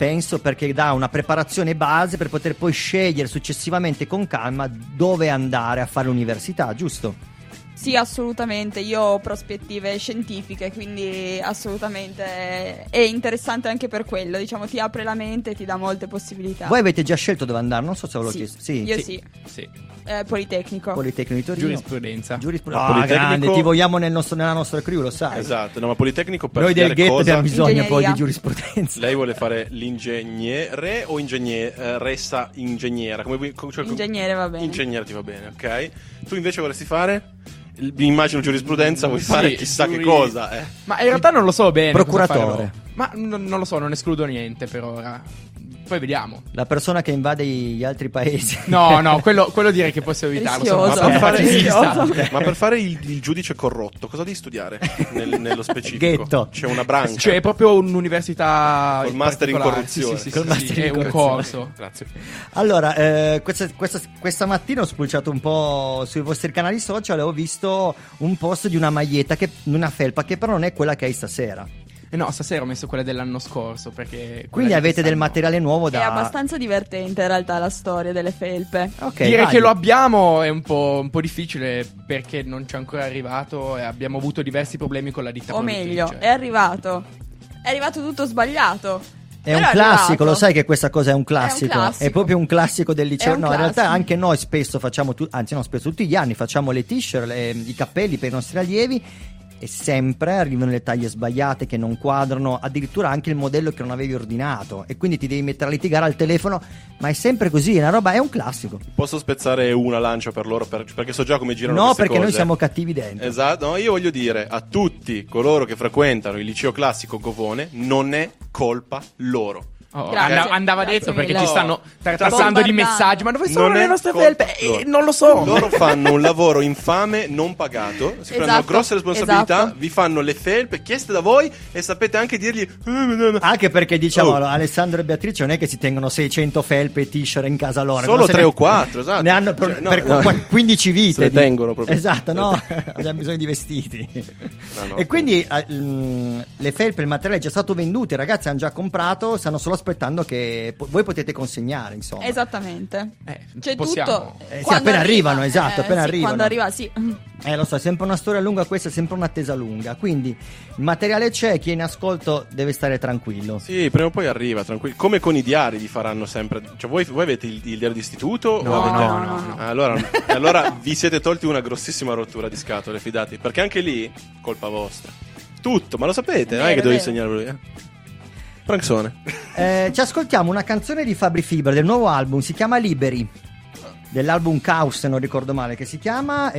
penso, perché dà una preparazione base per poter poi scegliere successivamente con calma dove andare a fare l'università, giusto? Sì, assolutamente, io ho prospettive scientifiche, quindi assolutamente è interessante anche per quello, diciamo, ti apre la mente, ti dà molte possibilità. Voi avete già scelto dove andare? Non so se ve l'ho Sì, chiesto. Sì, io Sì. sì, Sì. Eh, Politecnico. Politecnico di Torino. Giurisprudenza. Giurisprudenza. Ah, Ah, Politecnico- grande, ti vogliamo nel nostro- nella nostra crew, lo sai. Esatto, no, ma Politecnico per Noi del studiare ghetto cosa? abbiamo bisogno poi di Ingegneria. giurisprudenza. Lei vuole fare l'ingegnere o ingegneressa ingegnera? Come vuoi- cioè, Ingegnere va bene. Ingegnere ti va bene, ok? Tu invece vorresti fare? Il- Mi immagino giurisprudenza, vuoi fare Sì, chissà giuri- che cosa, eh? Ma in realtà non lo so bene. cosa Procuratore. farò. Ma n- non lo so, non escludo niente per ora. Poi vediamo. La persona che invade gli altri paesi. No, no, quello, quello direi che possiamo evitarlo. sono Rischioso. Ma per fare, Rischioso. ma per fare il, il giudice corrotto, cosa devi studiare nel- nello specifico? Ghetto. C'è una branca. Cioè, è proprio un'università. Col master in particolare. corruzione. Sì, sì, sì, Col sì, master sì, in è un corruzione. corso. Grazie. Allora, eh, questa, questa, questa mattina ho spulciato un po' sui vostri canali social e ho visto un post di una maglietta, che, una felpa, che però non è quella che hai stasera. Eh no, stasera ho messo quella dell'anno scorso perché. quella Quindi di avete del quest'anno- materiale nuovo È da... abbastanza divertente in realtà la storia delle felpe. Ok, Dire vai. che lo abbiamo è un po', un po' difficile perché non ci è ancora arrivato e abbiamo avuto diversi problemi con la ditta O produttrice. meglio, è arrivato. È arrivato tutto sbagliato. È un Però classico, arrivato. lo sai che questa cosa è un classico? È, classico. proprio un classico del liceo. È un No, in realtà classico. anche noi spesso facciamo, tu- anzi no, spesso tutti gli anni facciamo le t-shirt, le- i cappelli per i nostri allievi e sempre arrivano le taglie sbagliate che non quadrano, addirittura anche il modello che non avevi ordinato e quindi ti devi mettere a litigare al telefono, ma è sempre così, è una roba, è un classico. Posso spezzare una lancia per loro per- perché so già come girano No, queste perché cose. noi siamo cattivi dentro. Esatto, no, io voglio dire a tutti coloro che frequentano il liceo classico Govone, non è colpa loro. Oh, Grazie. and- andava Grazie detto perché mille. ci stanno tartassando Bombardando. di messaggi. Ma dove sono Non le è nostre colpa felpe? Eh, loro. non lo so. Loro fanno un lavoro infame, non pagato, si prendono Esatto, grosse responsabilità, esatto. vi fanno le felpe chieste da voi e sapete anche dirgli Anche perché diciamo Oh. Alessandro e Beatrice non è che si tengono seicento felpe e t-shirt in casa loro, Solo no, se tre ne- o quattro, esatto. Ne hanno per, Cioè, no, per no. qu- quindici vite. Se le di- tengono proprio. Esatto, no, abbiamo bisogno di vestiti. No, no. E quindi eh, mm, le felpe, il materiale è già stato venduto, i ragazzi hanno già comprato, stanno solo aspettando che po- voi potete consegnare, insomma. Esattamente. Eh, C'è possiamo- tutto. Eh, sì, Quando appena arriva, arrivano, esatto, eh, appena sì, arrivano. Quando arriva, sì. Eh, lo so, è sempre una storia lunga questa, è sempre un'attesa lunga. Quindi il materiale c'è, chi è in ascolto deve stare tranquillo. Sì, prima o poi arriva, tranquillo. Come con i diari vi faranno sempre. Cioè, voi, voi avete il, il diario d'istituto? No, o avete... no, no, no. Ah, Allora, allora vi siete tolti una grossissima rottura di scatole, fidati. Perché anche lì, colpa vostra. Tutto, ma lo sapete, non è Vero, che devo vero. insegnarvelo io. Franxone. Eh, ci ascoltiamo una canzone di Fabri Fibra del nuovo album, si chiama Liberi. Dell'album Caos, se non ricordo male che si chiama,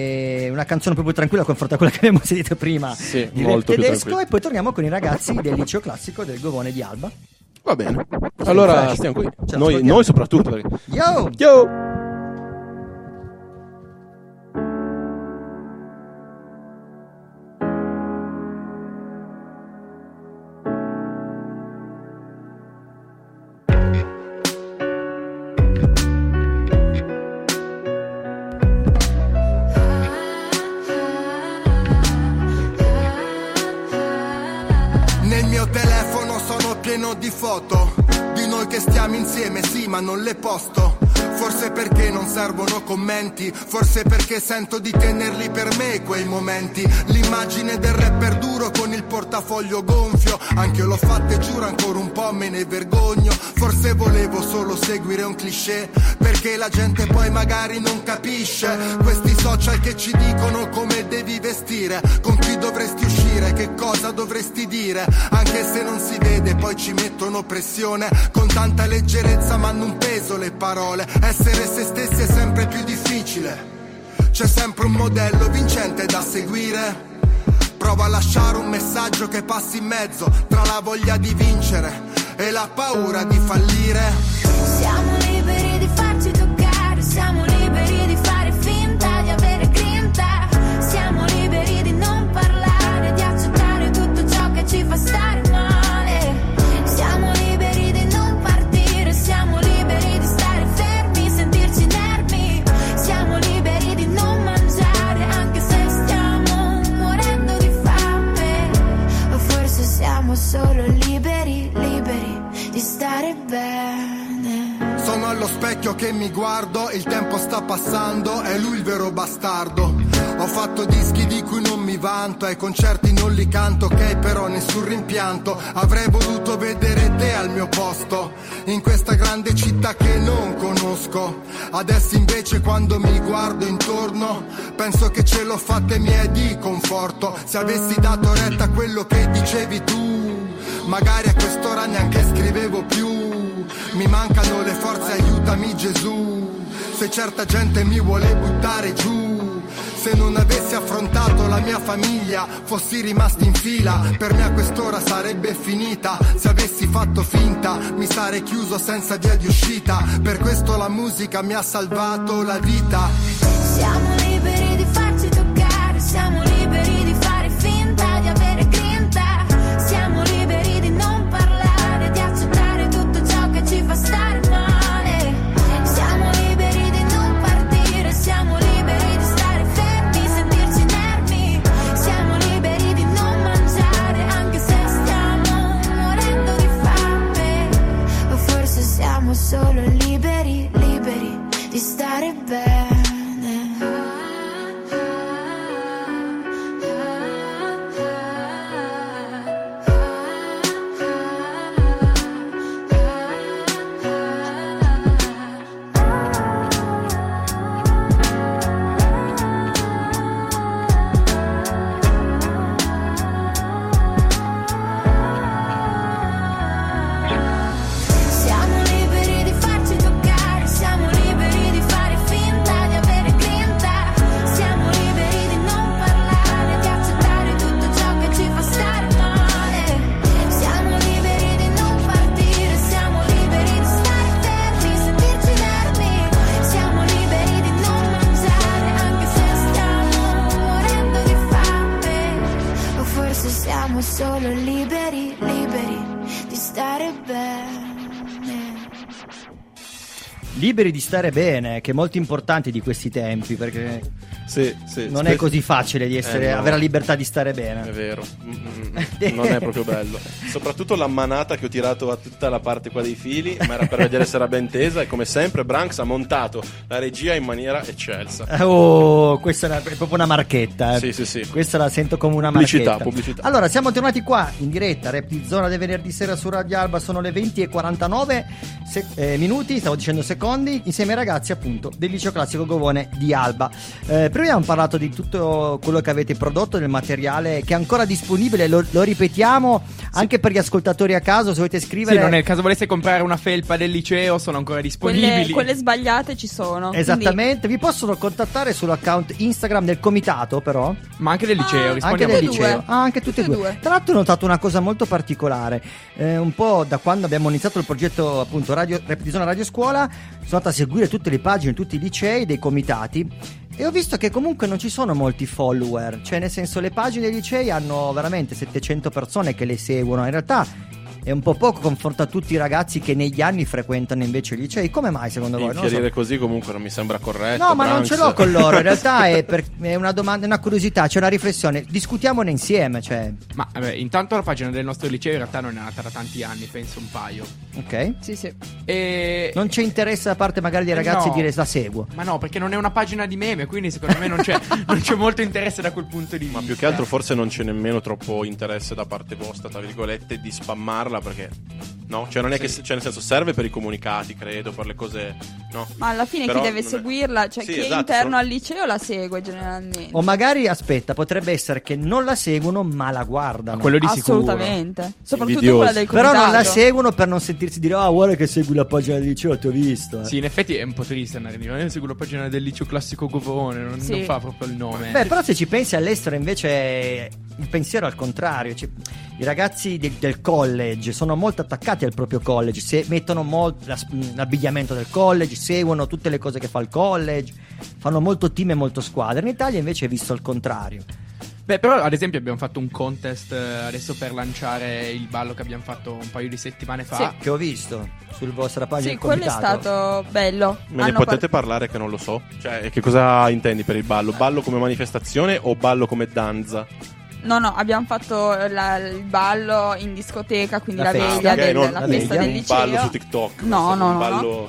è una canzone proprio tranquilla confronto a quella che abbiamo sentito prima Sì, di molto Rap più Tedesco, tranquilla. e poi torniamo con i ragazzi del liceo classico del Govone di Alba. Va bene. Allora fresh. stiamo qui. Ce Noi, l'ascoltiamo. noi soprattutto. Perché... Yo! Yo! Nel mio telefono sono pieno di foto di noi che stiamo insieme, sì, ma non le posto. Forse perché non servono commenti, forse perché sento di tenerli per me quei momenti. L'immagine del rapper duro con il portafoglio gonfio, anche io l'ho fatta e giuro ancora un po' me ne vergogno. Forse volevo solo seguire un cliché, perché la gente poi magari non capisce. Questi social che ci dicono come devi vestire, con chi dovresti uscire, che cosa dovresti dire. Anche se non si vede poi ci mettono pressione, con tanta leggerezza ma hanno un peso le parole. Essere se stessi è sempre più difficile, c'è sempre un modello vincente da seguire. Prova a lasciare un messaggio che passi in mezzo tra la voglia di vincere e la paura di fallire. Siamo liberi di farci toccare, siamo liberi di fare finta di avere grinta. Siamo liberi di non parlare, di accettare tutto ciò che ci fa stare male. Siamo liberi di non partire, siamo liberi di stare fermi, sentirci inermi. Siamo liberi di non mangiare, anche se stiamo morendo di fame. O forse siamo solo liberi, liberi di stare specchio che mi guardo, il tempo sta passando, è lui il vero bastardo. Ho fatto dischi di cui non mi vanto, ai concerti non li canto, ok, però nessun rimpianto. Avrei voluto vedere te al mio posto, in questa grande città che non conosco. Adesso invece quando mi guardo intorno, penso che ce l'ho fatta e mi è di conforto. Se avessi dato retta a quello che dicevi tu, magari a quest'ora neanche scrivevo più. Mi mancano le forze, aiutami Gesù. Se certa gente mi vuole buttare giù, se non avessi affrontato la mia famiglia, fossi rimasti in fila, per me a quest'ora sarebbe finita. Se avessi fatto finta, mi sarei chiuso senza via di uscita. Per questo la musica mi ha salvato la vita. Siamo liberi di farci toccare, siamo liberi di fare finta di avere grinta. Siamo liberi di non parlare, di accettare tutto ciò che ci fa stare male. Siamo liberi di non partire, siamo liberi di stare fermi, sentirci inermi. Siamo liberi di non mangiare, anche se stiamo morendo di fame. O forse siamo solo liberi, liberi di stare bene. Siamo liberi di farci toccare, siamo liberi di fare finta di avere grinta. Siamo liberi di non parlare, di accettare tutto ciò che ci fa stare male. Siamo liberi di non partire, siamo liberi di stare fermi, sentirci inermi. Siamo liberi di non mangiare, anche se stiamo morendo di fame. O forse siamo solo liberi, liberi di stare bene. Liberi di stare bene, che è molto importante di questi tempi, perché Sì, sì. non Spe- è così facile di essere, Eh, no. avere la libertà di stare bene. È vero, Mm-mm. non è proprio bello. Soprattutto la manata che ho tirato a tutta la parte qua dei fili, ma era per vedere se era ben tesa. E come sempre, Branks ha montato la regia in maniera eccelsa. Oh, questa è, una- è proprio una marchetta. eh. Sì, sì, sì. Questa la sento come una Pubblicità, marchetta. pubblicità. Allora, siamo tornati qua in diretta, Rap di Zona del venerdì sera su Radio Alba. Sono le venti e quarantanove se- eh, minuti, stavo dicendo secondi, insieme ai ragazzi appunto del liceo classico Govone di Alba. Eh, prima abbiamo parlato di tutto quello che avete prodotto, del materiale che è ancora disponibile, lo, lo ripetiamo anche per gli ascoltatori a caso, se volete scrivere. Sì, non nel caso volesse comprare una felpa del liceo, sono ancora disponibili. Quelle, quelle sbagliate ci sono. Esattamente, vi possono contattare sull'account Instagram del comitato, però. Ma anche del liceo, Ah, Anche rispondiamo del a tutti. liceo, ah, anche tutte e Tutte e due. due. Tra l'altro ho notato una cosa molto particolare, eh, un po' da quando abbiamo iniziato il progetto appunto Radio, Rap di Zona Radio Scuola, sono andato a seguire tutte le pagine, tutti i licei, dei comitati, e ho visto che comunque non ci sono molti follower, cioè nel senso le pagine dei licei hanno veramente settecento persone che le seguono, in realtà è un po' poco confronto a tutti i ragazzi che negli anni frequentano invece i licei. Come mai secondo voi? Non lo so. Infierire così comunque non mi sembra corretto. No, ma non Branks. ce l'ho con loro. In realtà è, per- è una domanda, una curiosità, c'è una riflessione. Discutiamone insieme, cioè. Ma vabbè, intanto la pagina del nostro liceo in realtà non è nata da tanti anni, penso un paio. Ok. Sì, sì. E... Non c'è interesse da parte magari dei ragazzi No. a dire la seguo. Ma no, perché non è una pagina di meme, quindi secondo me non c'è, non c'è molto interesse da quel punto di vista. Ma più che altro forse non c'è nemmeno troppo interesse da parte vostra, tra virgolette, di spammarla, perché no, cioè non è che Sì. cioè nel senso serve per i comunicati, credo, per le cose, no. Ma alla fine Però chi deve non è- seguirla, cioè Sì, chi è esatto, interno sono- al liceo la segue generalmente. O magari, aspetta, potrebbe essere che non la seguono ma la guardano. Quello di sicuro. Assolutamente. Soprattutto Invidiosi. quella del Però comitato. non la seguono per non sentirsi dire ah guarda che segui la pagina del liceo, ti ho visto. eh." Sì, in effetti è un po' triste andare lì. Io seguo la pagina del liceo classico Govone, non, Sì. non fa proprio il nome. Beh, però se ci pensi all'estero invece il pensiero è al contrario. Cioè, i ragazzi del, del college sono molto attaccati al proprio college, se mettono molto la- l'abbigliamento del college, seguono tutte le cose che fa il college, fanno molto team e molto squadra. In Italia invece è visto al contrario. Beh, però ad esempio abbiamo fatto un contest eh, adesso per lanciare il ballo che abbiamo fatto un paio di settimane fa. Sì, che ho visto sulla vostra pagina Sì, del quello è comitato. stato bello. Me ne Hanno potete par- parlare che non lo so? Cioè, che cosa intendi per il ballo? Ballo come manifestazione o ballo come danza? No, no, abbiamo fatto la- il ballo in discoteca, quindi La la, festa. veglia Ah, ok, del- non la la festa veglia. del un liceo. ballo su TikTok. No, questo, no, un no, ballo... no.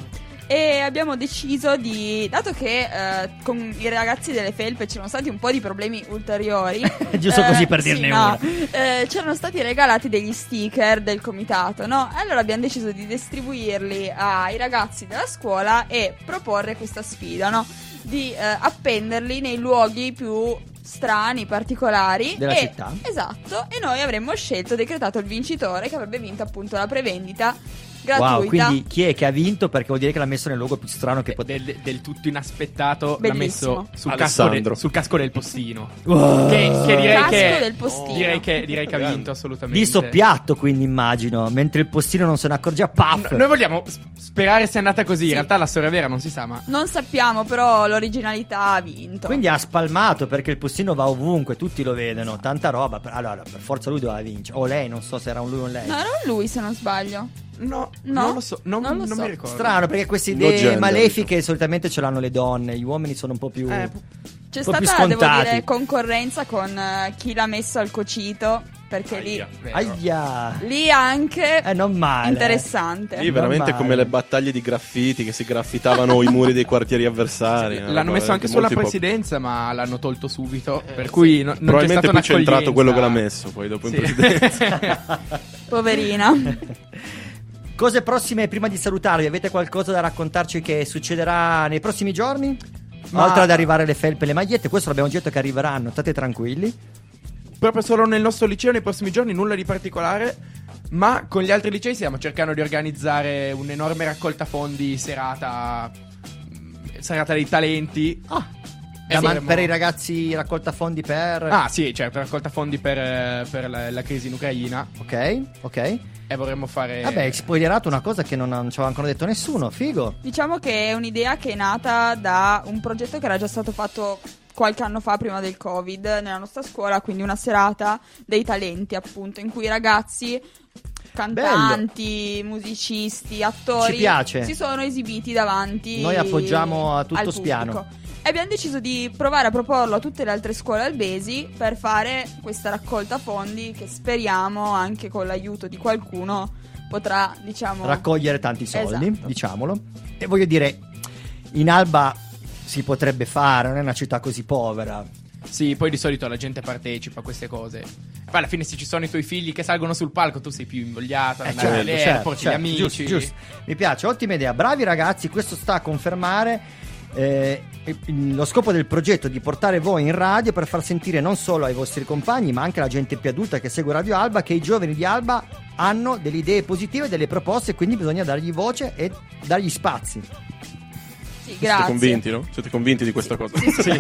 e abbiamo deciso di, dato che eh, con i ragazzi delle felpe c'erano stati un po' di problemi ulteriori, giusto eh, così per sì, dirne no, uno, eh, c'erano stati regalati degli sticker del comitato, no? Allora abbiamo deciso di distribuirli ai ragazzi della scuola e proporre questa sfida, no? Di eh, appenderli nei luoghi più strani, particolari della e, città. Esatto, e noi avremmo scelto, decretato il vincitore che avrebbe vinto appunto la prevendita gratuita. Wow, quindi chi è che ha vinto? Perché vuol dire che l'ha messo nel luogo più strano che poteva. Del, del tutto inaspettato, Bellissimo. l'ha messo sul casco, de- Alessandro. sul casco del postino. Wow. Che, che direi Casco che del postino. direi che direi che ha vinto assolutamente. Di soppiatto, quindi immagino, mentre il postino non se ne accorgeva, paf! No, noi vogliamo s- sperare sia andata così. Sì. In realtà la storia vera non si sa, ma Non sappiamo, però l'originalità ha vinto. Quindi ha spalmato, perché il postino va ovunque, tutti lo vedono, tanta roba. per- Allora, per forza lui doveva vincere. O lei, non so se era un lui o un lei. No, era lui se non sbaglio. no, No? non lo so, non, Non lo non so. mi ricordo. Strano, perché queste No idee gender, malefiche solitamente ce l'hanno le donne, gli uomini sono un po' più. Eh, C'è un po' più stata, devo scontati. dire, concorrenza con eh, chi l'ha messo al cocito, perché lì, Aia, vero. Aia! lì anche Eh, non male. interessante. Lì veramente Normale. come le battaglie di graffiti che si graffitavano i muri dei quartieri avversari. Una L'hanno roba messo anche di sulla molti pop- presidenza, ma l'hanno tolto subito. per cui no- non c'è Probabilmente stata poi c'è entrato un'accoglienza. quello che l'ha messo poi dopo Sì. in presidenza. Poverina. Cose prossime prima di salutarvi, avete qualcosa da raccontarci che succederà nei prossimi giorni? Ma- Oltre ad arrivare le felpe e le magliette, questo l'abbiamo detto che arriveranno, state tranquilli. Proprio solo nel nostro liceo nei prossimi giorni nulla di particolare, ma con gli altri licei stiamo cercando di organizzare un'enorme raccolta fondi serata mm, serata dei talenti. Ah, E da man- vorremmo- per i ragazzi raccolta fondi per. Ah, sì, certo, raccolta fondi per, eh, per la, la crisi in Ucraina Ok, ok. e vorremmo fare Vabbè, hai spoilerato una cosa che non, non ci aveva ancora detto nessuno, figo. Diciamo che è un'idea che è nata da un progetto che era già stato fatto qualche anno fa, prima del Covid, nella nostra scuola, quindi una serata dei talenti, appunto, in cui i ragazzi, cantanti, musicisti, attori, Ci piace. si sono esibiti davanti. Noi appoggiamo a tutto al spiano. pubblico. E abbiamo deciso di provare a proporlo a tutte le altre scuole albesi per fare questa raccolta fondi che speriamo, anche con l'aiuto di qualcuno, potrà, diciamo, Raccogliere tanti soldi, Esatto. diciamolo. E voglio dire, in Alba si potrebbe fare, non è una città così povera. Sì, poi di solito la gente partecipa a queste cose. Poi alla fine se ci sono i tuoi figli che salgono sul palco, tu sei più invogliato ad Eh, andare a certo, vedere, certo, porti certo, gli amici. giusto, giusto. Mi piace, ottima idea. Bravi ragazzi, questo sta a confermare eh, lo scopo del progetto di portare voi in radio per far sentire non solo ai vostri compagni, ma anche alla gente più adulta che segue Radio Alba, che i giovani di Alba hanno delle idee positive, delle proposte, e quindi bisogna dargli voce e dargli spazi. Sì, Siete grazie. convinti, no? Siete convinti di questa cosa?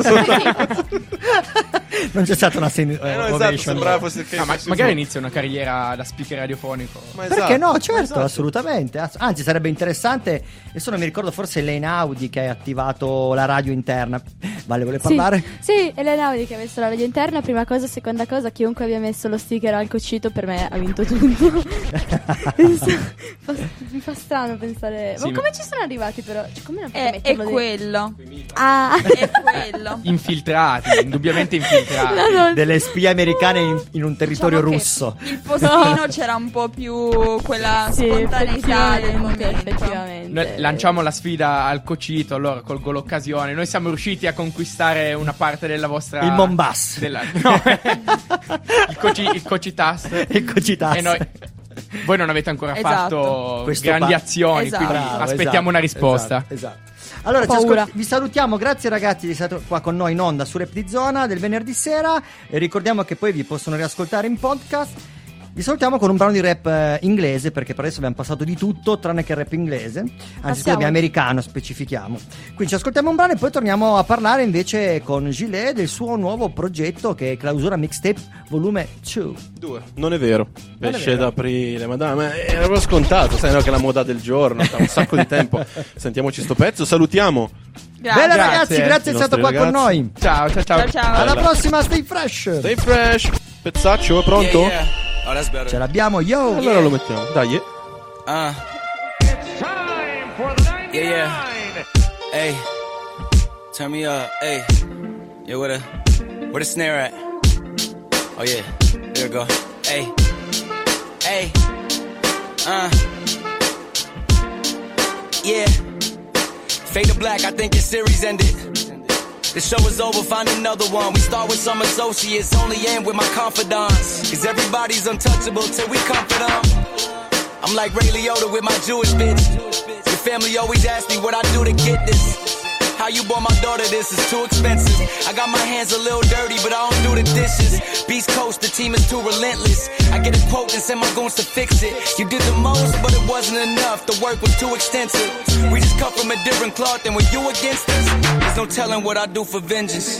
Non c'è stata una sen- Eh, no, ovation. esatto, sembrava fosse che Ah, ma fosse- magari inizia una carriera da speaker radiofonico. Ma Perché esatto, no? ma Certo, esatto. assolutamente. Ass- Anzi, sarebbe interessante. Adesso non mi ricordo, forse Lane Audi che ha attivato la radio interna. Vale, vuole parlare? Sì, sì, Elena Audi che ha messo la radio interna, prima cosa, seconda cosa, chiunque abbia messo lo sticker al cocito per me ha vinto tutto. Fa- Mi fa strano pensare. Sì, ma come ci sono arrivati però? Cioè, come hanno fatto a È, è metterlo dentro? quello. Ah, È quello. Infiltrati, indubbiamente infiltrati. no, no. Delle spie americane in, in un territorio Diciamo che russo. Il postino c'era un po' più quella Sì, spontaneità del effettivamente, momento. effettivamente. Noi lanciamo la sfida al cocito, allora colgo l'occasione. Noi siamo riusciti a conquistare una parte della vostra. Il Mombas. Della... No, il, coci... il cocitas. Il cocitas. E noi. Voi non avete ancora Esatto. fatto Questo grandi pa- azioni, Esatto. quindi Bravo, aspettiamo esatto, una risposta. Esatto, esatto. Allora, ci Paura. ascol- vi salutiamo, grazie ragazzi di essere qua con noi in onda su Rap di Zona del venerdì sera, e ricordiamo che poi vi possono riascoltare in podcast. Vi salutiamo con un brano di rap eh, inglese, perché per adesso abbiamo passato di tutto tranne che il rap inglese, anzi Passiamo. scusami, americano, specifichiamo. Quindi ci ascoltiamo un brano e poi torniamo a parlare invece con Gilet del suo nuovo progetto che è Clausura Mixtape Volume due. Due. Non è vero. Non è Esce vero. ad aprile, ma dai, ma era scontato, sai no, che è la moda del giorno, sta un sacco di tempo. Sentiamoci sto pezzo, salutiamo. Grazie. Bene grazie. ragazzi, grazie I di stato nostri qua con ragazzi. noi. Ciao, ciao, ciao. Ciao, ciao. Alla Bella. prossima, stay fresh. Stay fresh. Pezzaccio, è pronto? Yeah, yeah. Oh, that's better. Ce l'abbiamo, yo. Allora lo mettiamo. Dai. eh. Uh. Yeah, yeah. Hey, turn me up. Hey, yeah, where the where the snare at? Oh yeah, there we go. Hey, hey, uh, yeah. Fade to black, I think your series ended. The show is over, find another one. We start with some associates, only end with my confidants. Cause everybody's untouchable till we comfort them. I'm like Ray Liotta with my Jewish bitch. Your family always asks me what I do to get this. How you bought my daughter this is too expensive. I got my hands a little dirty, but I don't do the dishes. Beast Coast, the team is too relentless. I get a quote and send my goons to fix it. You did the most, but it wasn't enough. The work was too extensive. We just cut from a different cloth, and when you against us, there's no telling what I do for vengeance.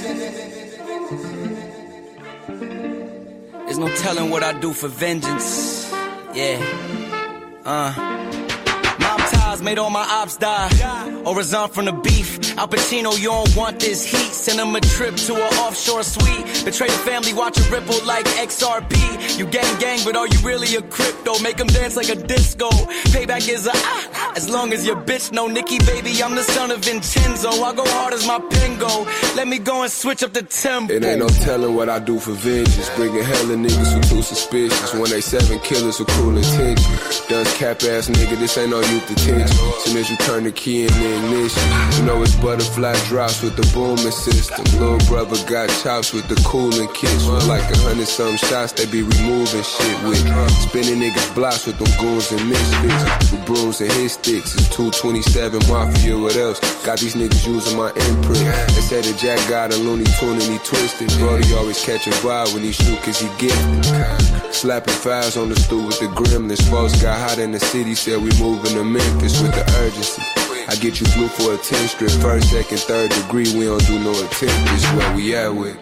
There's no telling what I do for vengeance. Yeah. Uh. Mob ties made all my ops die. Or resign from the beef. Al Pacino, you don't want this heat. Send him a trip to an offshore suite. Betray the family, watch it ripple like X R P. You gang gang, but are you really a crypto? Make them dance like a disco. Payback is a ah, as long as your bitch know. Nikki, baby, I'm the son of Vincenzo. I go hard as my pen go. Let me go and switch up the tempo. It ain't no telling what I do for vengeance. Bringing hella niggas who too suspicious. one eighty-seven killers with cruel intention. Dunce cap ass nigga, this ain't no youth detention. Soon as you turn the key in the ignition, you know it's butterfly drops with the booming system. Little brother got chops with the cooling kits. With like a hundred some shots, they be removing shit with. Spinning niggas blocks with them goons and misfits. With brooms and his sticks. It's two twenty-seven Mafia, what else? Got these niggas using my imprint. They said that Jack got a Looney Tune and he twisted. Brody always catch a vibe when he shoot cause he gifted. Slapping fires on the stool with the gremlins. Folks got hot in the city, said we moving to Memphis with the urgency. I get you blue for a ten strip, first, second, third degree. We don't do no attempt, this where we at with.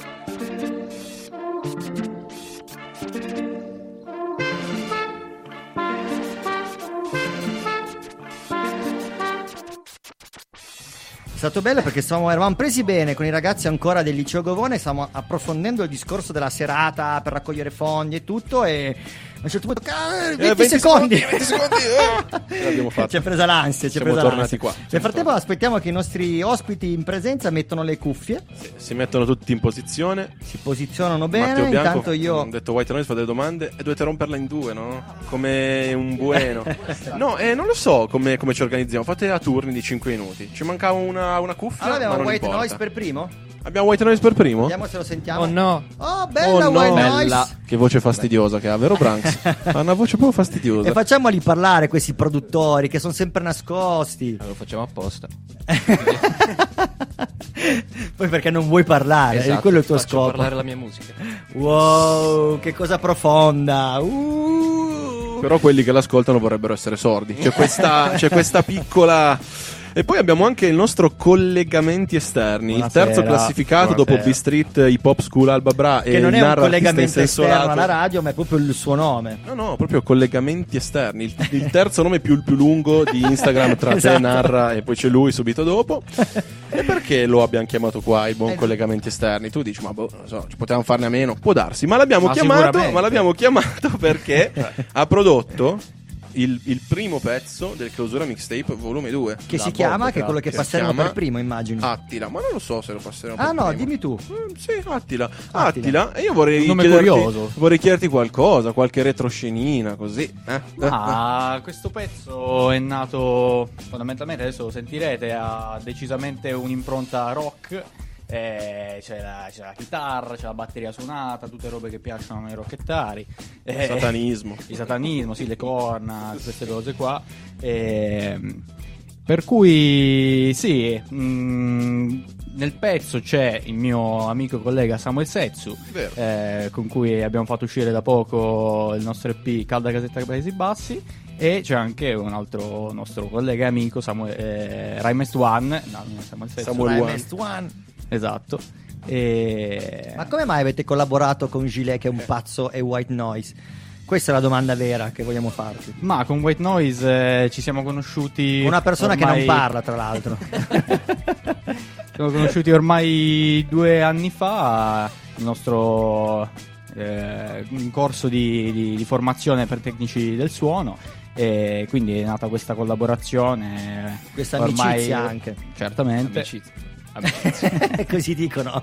È stato bello perché stavamo, eravamo presi bene con i ragazzi ancora del liceo Govone, stavamo approfondendo il discorso della serata per raccogliere fondi e tutto, e a un certo punto ah, venti, eh, venti secondi, venti secondi eh. L'abbiamo fatto. Ci è presa l'ansia, ci è Siamo presa tornati l'ansia. qua. Nel frattempo aspettiamo che i nostri ospiti in presenza mettono le cuffie, sì, si mettono tutti in posizione, si posizionano bene. Matteo Bianco, intanto io ho detto White Noise fa delle domande e dovete romperla in due, no? Come un bueno. No, eh, non lo so come, come ci organizziamo. Fate a turni di cinque minuti. Ci mancava una, una cuffia. Allora abbiamo ma non White importa. Noise per primo? Abbiamo White Noise per primo? Vediamo se lo sentiamo. Oh no. Oh, bella Oh, no. White Bella. Noise. Che voce fastidiosa che ha, vero Branks? Ha una voce proprio fastidiosa. E facciamoli parlare questi produttori che sono sempre nascosti. Lo facciamo apposta. Poi perché non vuoi parlare, Esatto, quello è il tuo faccio scopo. parlare la mia musica. Wow, che cosa profonda. Uh. Però quelli che l'ascoltano vorrebbero essere sordi. C'è questa, c'è questa piccola... E poi abbiamo anche il nostro collegamenti esterni. Buonasera. Il terzo classificato Buonasera. dopo B-Street, Hip Hop School, Alba Bra Che e non è un Narra, collegamento artista esterno insensolato. alla radio, ma è proprio il suo nome. No, no, proprio collegamenti esterni. Il, il terzo nome più, più lungo di Instagram tra Esatto. te, Narra e poi c'è lui subito dopo. E perché lo abbiamo chiamato qua il buon Eh, collegamenti esterni? Tu dici, ma boh, non so, ci potevamo farne a meno? Può darsi, ma l'abbiamo Ma chiamato, sicuramente. ma l'abbiamo chiamato perché ha prodotto il, il primo pezzo del Clausura Mixtape volume due. Che La si chiama, bomba, che è quello che si passeremo chiama per primo, immagino. Attila, ma non lo so se lo passeremo Ah per no, primo. dimmi tu. Mm, sì, Attila. Attila. Attila. E io vorrei Un nome chiederti, curioso. vorrei chiederti qualcosa, qualche retroscenina, così. Eh? Ah, questo pezzo è nato fondamentalmente, adesso lo sentirete, ha decisamente un'impronta rock. Eh, c'è, la, c'è la chitarra, c'è la batteria suonata, tutte robe che piacciono ai rockettari. Il satanismo. Il satanismo, sì, le corna, queste cose qua. Eh, per cui, sì, mh, nel pezzo c'è il mio amico e collega Samuel Setsu, Vero. eh, con cui abbiamo fatto uscire da poco il nostro E P Calda Casetta Paesi Bassi. E c'è anche un altro nostro collega e amico, Samuel, eh, Raimest One. No, non è Samuel Setsu. Samuel One. Raimest One. Esatto. E... Ma come mai avete collaborato con Gilet, che è un pazzo, e White Noise? Questa è la domanda vera che vogliamo farti. Ma con White Noise eh, ci siamo conosciuti. Una persona ormai... che non parla, tra l'altro. Siamo conosciuti ormai due anni fa. Il nostro eh, un corso di, di, di formazione per tecnici del suono. E quindi è nata questa collaborazione. Questa ormai... amicizia anche. Certamente. Così dicono.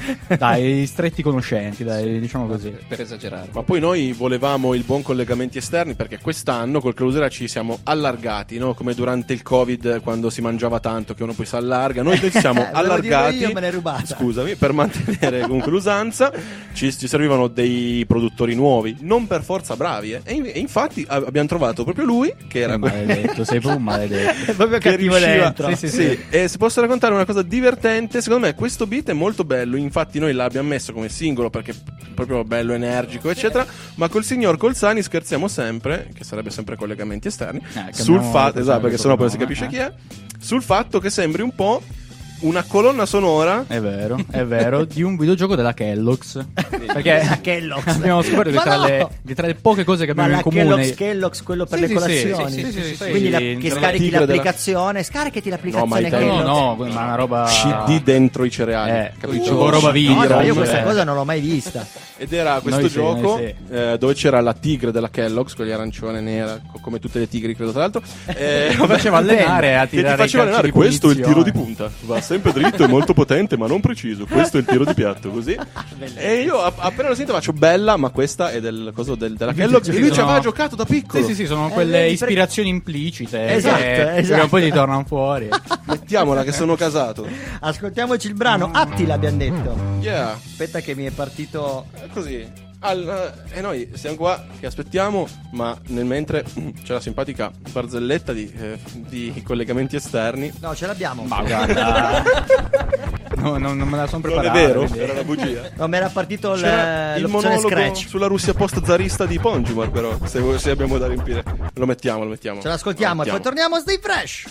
Dai, stretti conoscenti, dai, diciamo così. Per esagerare. Ma poi noi volevamo il buon collegamenti esterni perché quest'anno col Clausura ci siamo allargati, no? Come durante il Covid quando si mangiava tanto che uno poi si allarga. Noi ci siamo allargati. Io me l'hai rubata. Scusami, per mantenere comunque l'usanza ci, ci servivano dei produttori nuovi, non per forza bravi. Eh. E, e infatti a- abbiamo trovato proprio lui che era maledetto, sei proprio maledetto. È proprio che cattivo riusciva- dentro. Sì, sì, sì. E se posso raccontare una cosa divertente, secondo me questo beat è molto bello. Infatti noi l'abbiamo messo come singolo perché è proprio bello, energico, eccetera. Ma col signor Colzani scherziamo sempre, che sarebbe sempre collegamenti esterni, Eh, sul abbiamo- fatto, esatto, perché sennò poi si eh, capisce eh. chi è, sul fatto che sembri un po' una colonna sonora. È vero, è vero, di un videogioco della Kellogg's. Perché La Kellogg's. abbiamo scoperto che Ma tra, no! le, che tra le poche cose che Ma abbiamo la in comune. Kellogg's, Kellogg's, quello per Sì, le sì, sì, colazioni. sì, sì, sì, sì, Quindi la- sì, che tra- scarichi tigre della- l'applicazione, scaricati l'applicazione No, ma i No, Kellogg's. no, ma una roba. C D dentro i cereali, Eh, capito? tipo roba No, video. no, io eh. questa cosa non l'ho mai vista. Ed era questo Noi sì, gioco noi eh, dove c'era la tigre della Kellogg's, quella arancione nera, co- come tutte le tigri, credo tra l'altro. Eh, Ti faceva allenare a che ti tirare i faceva calci allenare. di Questo è il tiro punizione. di punta, va sempre dritto e molto potente, ma non preciso. Questo è il tiro di piatto, così. E io a- appena lo sento faccio bella, ma questa è del coso del- della Kellogg's. E lui ci Sono- aveva giocato da piccolo. Sì, sì, sì, sono Eh, quelle vedi, per- ispirazioni implicite. Esatto, che esatto. prima o poi ti tornano fuori. Mettiamola che sono casato. Ascoltiamoci il brano. Attila abbiamo detto. Yeah, Aspetta che mi è partito. è così. Al- e noi siamo qua che aspettiamo, ma nel mentre c'è la simpatica barzelletta di, eh, di collegamenti esterni. No, ce l'abbiamo. Ma guarda. No, no, non me la sono Non è preparata. vero, quindi- era una bugia. No, mi era partito il, C'era il l'opzione monologo scratch. sulla Russia post-zarista di Pongimar, però se, vuoi- se abbiamo da riempire lo mettiamo, lo mettiamo. Ce l'ascoltiamo e Lo poi mettiamo. torniamo a Stay Fresh.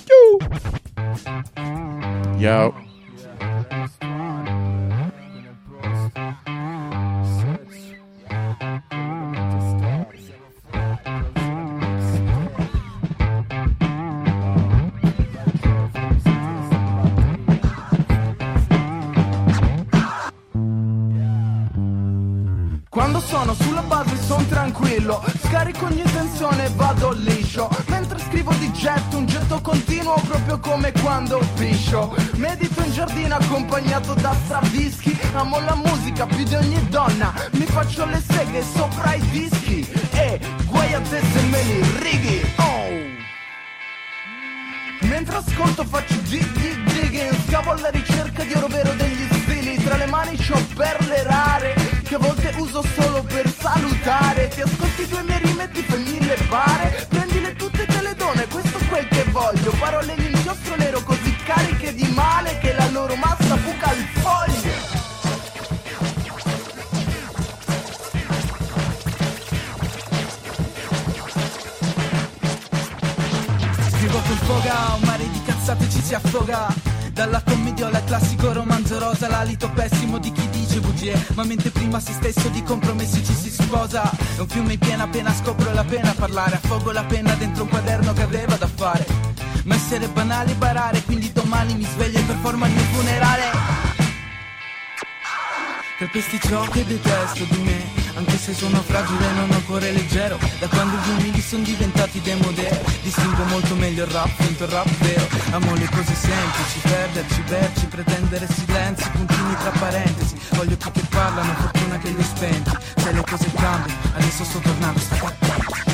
Yo. Quando sono sulla base son tranquillo, scarico ogni tensione e vado liscio. Mentre scrivo di getto, un getto continuo proprio come quando piscio. Medito in giardino accompagnato da Stravinsky. Amo la musica più di ogni donna, mi faccio le seghe sopra i dischi. E guai a te se me li righi, oh. Mentre ascolto faccio dig dig digging, scavo alla ricerca di oro vero degli stili. Tra le mani c'ho perle rare che a volte uso solo per salutare. Ti ascolti due mie rime e ti fai mille pare. Prendile tutte te le donne, questo è quel che voglio. Parole in inchiostro nero così cariche di male che la loro massa buca il foglio. Scrivo con foga, un mare di cazzate ci si affoga. Dalla commediola al classico romanzo rosa, l'alito pessimo di chi dice bugie, ma mentre prima se stesso di compromessi ci si sposa. È un fiume in piena appena scopro la pena parlare, affogo la penna dentro un quaderno che aveva da fare. Ma essere banale barare, quindi domani mi sveglio e performo al mio funerale. Calpesti ciò che detesto di me, anche se sono fragile non ho cuore leggero. Da quando gli umili sono diventati demodè, distingo molto meglio il rap finto il rap vero. Amo le cose semplici, perderci, berci, pretendere silenzi, puntini tra parentesi. Ho gli occhi che parlano, fortuna che li ho spenti. Se le cose cambiano, adesso sto tornando, sta attenti.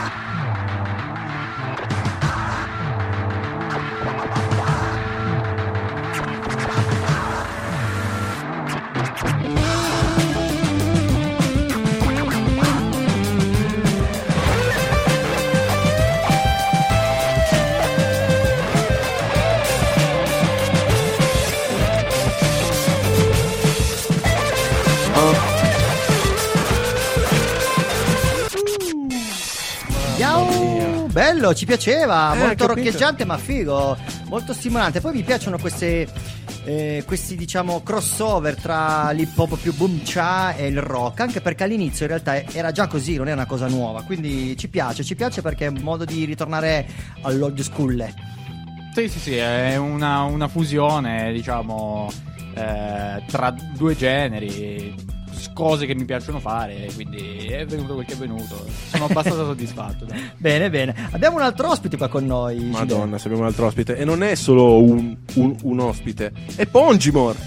Ciao, bello, ci piaceva, Eh, molto capito. roccheggiante ma figo, molto stimolante. Poi mi piacciono queste, eh, questi diciamo crossover tra l'hip hop più boom cha e il rock, anche perché all'inizio in realtà era già così, non è una cosa nuova, quindi ci piace, ci piace perché è un modo di ritornare all'old school. Sì, sì, sì, è una, una fusione, diciamo, eh, tra due generi. cose che mi piacciono fare, quindi è venuto quel che è venuto. Sono abbastanza soddisfatto. Dai. Bene, bene. Abbiamo un altro ospite qua con noi. Madonna, se abbiamo un altro ospite. E non è solo un, un, un ospite, è Pongimor.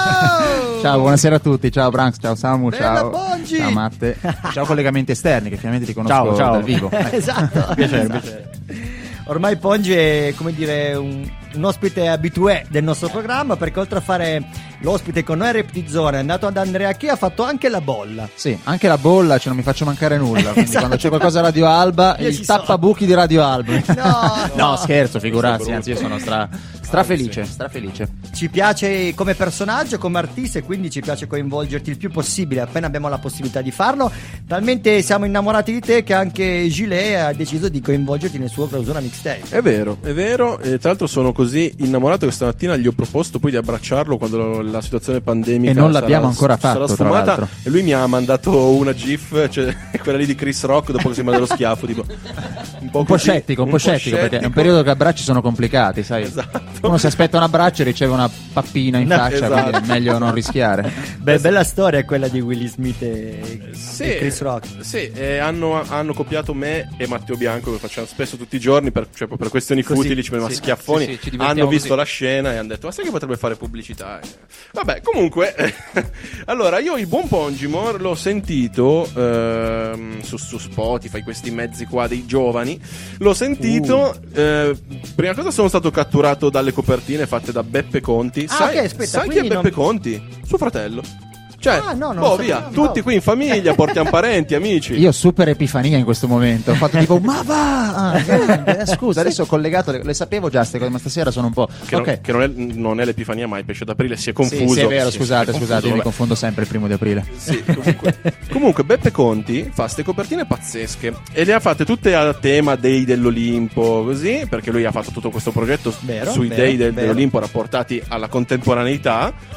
Yo! Ciao, buonasera a tutti. Ciao Branks, ciao Samu, Bella ciao. Bongi! Ciao Matte. Ciao collegamenti esterni, che finalmente ti conosco Ciao, ciao. dal vivo. Esatto. Piacere, Esatto. piacere. Ormai Pongi è, come dire, un, un ospite abitué del nostro programma, perché oltre a fare l'ospite con noi a Reptizone è andato ad Andrea Chi, ha fatto anche la bolla. Sì, anche la bolla, cioè non mi faccio mancare nulla. Quindi Esatto. quando c'è qualcosa a Radio Alba, Io il ci sono. tappabuchi di Radio Alba. No, No, scherzo, figurarsi, brutto. anzi io sono stra, strafelice, strafelice. Ci piace come personaggio, come artista, e quindi ci piace coinvolgerti il più possibile appena abbiamo la possibilità di farlo. Talmente siamo innamorati di te che anche Gilet ha deciso di coinvolgerti nel suo Clausura Mixtape. È vero, è vero, e tra l'altro sono così innamorato che stamattina gli ho proposto poi di abbracciarlo quando la situazione pandemica E non sarà- l'abbiamo ancora sarà fatto, tra sfumata, l'altro. e lui mi ha mandato una gif, cioè quella lì di Chris Rock dopo che si manda lo schiaffo, tipo un po', Un po' così, scettico, un po' scettico, perché è un periodo che abbracci sono complicati, sai. Esatto. Uno si aspetta un abbraccio e riceve una pappina in No, faccia, esatto. quindi è meglio non rischiare. Beh, bella storia quella di Will Smith e, Sì, e Chris Rock. sì, eh, hanno, hanno copiato me e Matteo Bianco, che facciamo spesso tutti i giorni per, cioè, per questioni Così, futili, ci prendiamo sì, a schiaffoni. sì, sì, ci divertiamo hanno visto così. la scena e hanno detto: ma sai che potrebbe fare pubblicità? Eh, Vabbè, comunque, allora io il buon Pongimor l'ho sentito ehm, su, su Spotify, questi mezzi qua dei giovani. L'ho sentito. Uh. eh, prima cosa sono stato catturato dalle copertine fatte da Beppe Conti. Ah, sai ok, aspetta, sai chi è quindi Beppe non- Conti? Suo fratello. Cioè, Ah, no, non boh, lo via, sapevo, tutti no. qui in famiglia, portiamo parenti, amici. Io super epifania in questo momento. Ho fatto tipo, ma va! Ah, grande, eh, scusa, adesso ho collegato, le, le sapevo già ste cose, ma stasera sono un po'. Che, ok. non, che non, è, non è l'Epifania, ma il pesce d'aprile si è confuso. Sì, sì, è vero, Sì, scusate, si è scusate, confuso, io mi vabbè. confondo sempre il primo di aprile. Sì, comunque. Comunque Beppe Conti fa ste copertine pazzesche e le ha fatte tutte a tema dei dell'Olimpo, così, perché lui ha fatto tutto questo progetto Vero, sui vero, dei del- vero. dell'Olimpo rapportati alla contemporaneità.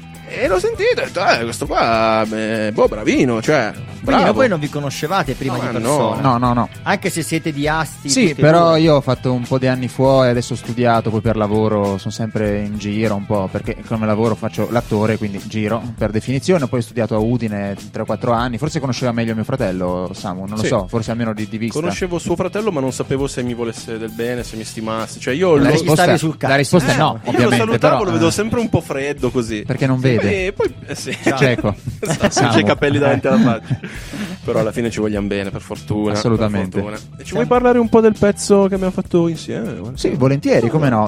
E l'ho sentito e ho detto, eh, questo qua, beh, boh, bravino, cioè, Quindi bravo. voi non vi conoscevate prima No, di no. persona? No, no, no. Anche se siete di Asti. Sì, tutti e però due. io ho fatto un po' di anni fuori, adesso ho studiato, poi per lavoro sono sempre in giro un po', perché come lavoro faccio l'attore, quindi giro per definizione. Poi ho studiato a Udine tre o quattro anni, forse conosceva meglio mio fratello Samu, non lo Sì. so, forse almeno di, di vista. Conoscevo suo fratello, ma non sapevo se mi volesse del bene, se mi stimasse. Cioè, io La lo, risposta, stavi sul cazzo. la risposta è Eh, no, io lo ovviamente, salutavo, però, lo vedo eh, sempre un po' freddo così. perché non Sì, vede. E poi, eh, sì. Cieco. Esatto, Samu. c'è i capelli davanti alla faccia. Però alla fine ci vogliamo bene, per fortuna. Assolutamente. per fortuna. E ci vuoi parlare un po' del pezzo che abbiamo fatto insieme? Guarda. Sì, volentieri, come no.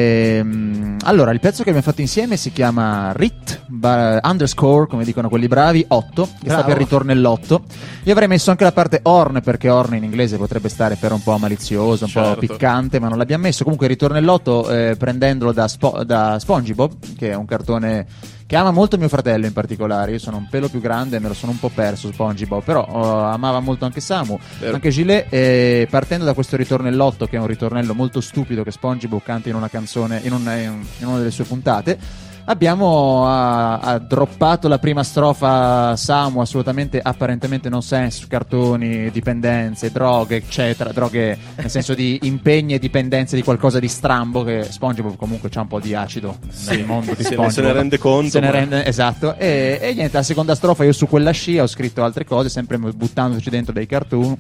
Ehm, allora, il pezzo che abbiamo fatto insieme si chiama Rit ba- underscore, come dicono quelli bravi, otto, che Bravo. sta per ritornell'otto. Io avrei messo anche la parte Horn, perché Horn in inglese potrebbe stare per un po' malizioso, un po' Certo. piccante, ma non l'abbiamo messo. Comunque ritornell'otto, eh, prendendolo da, Spo- da SpongeBob, che è un cartone che ama molto mio fratello in particolare. Io sono un pelo più grande e me lo sono un po' perso SpongeBob, però oh, amava molto anche Samu, Vero. anche Gilet, e partendo da questo ritornellotto, che è un ritornello molto stupido che SpongeBob canta in una canzone, in, un- in una delle sue puntate, abbiamo ha, ha droppato la prima strofa Samu, assolutamente apparentemente non sense, cartoni, dipendenze, droghe, eccetera, droghe nel senso di impegni e dipendenze di qualcosa di strambo, che SpongeBob comunque c'ha un po' di acido nel mondo di Se- SpongeBob, se ne rende conto, se ne ma- rende- esatto, e, e niente, la seconda strofa io su quella scia ho scritto altre cose, sempre buttandoci dentro dei cartoon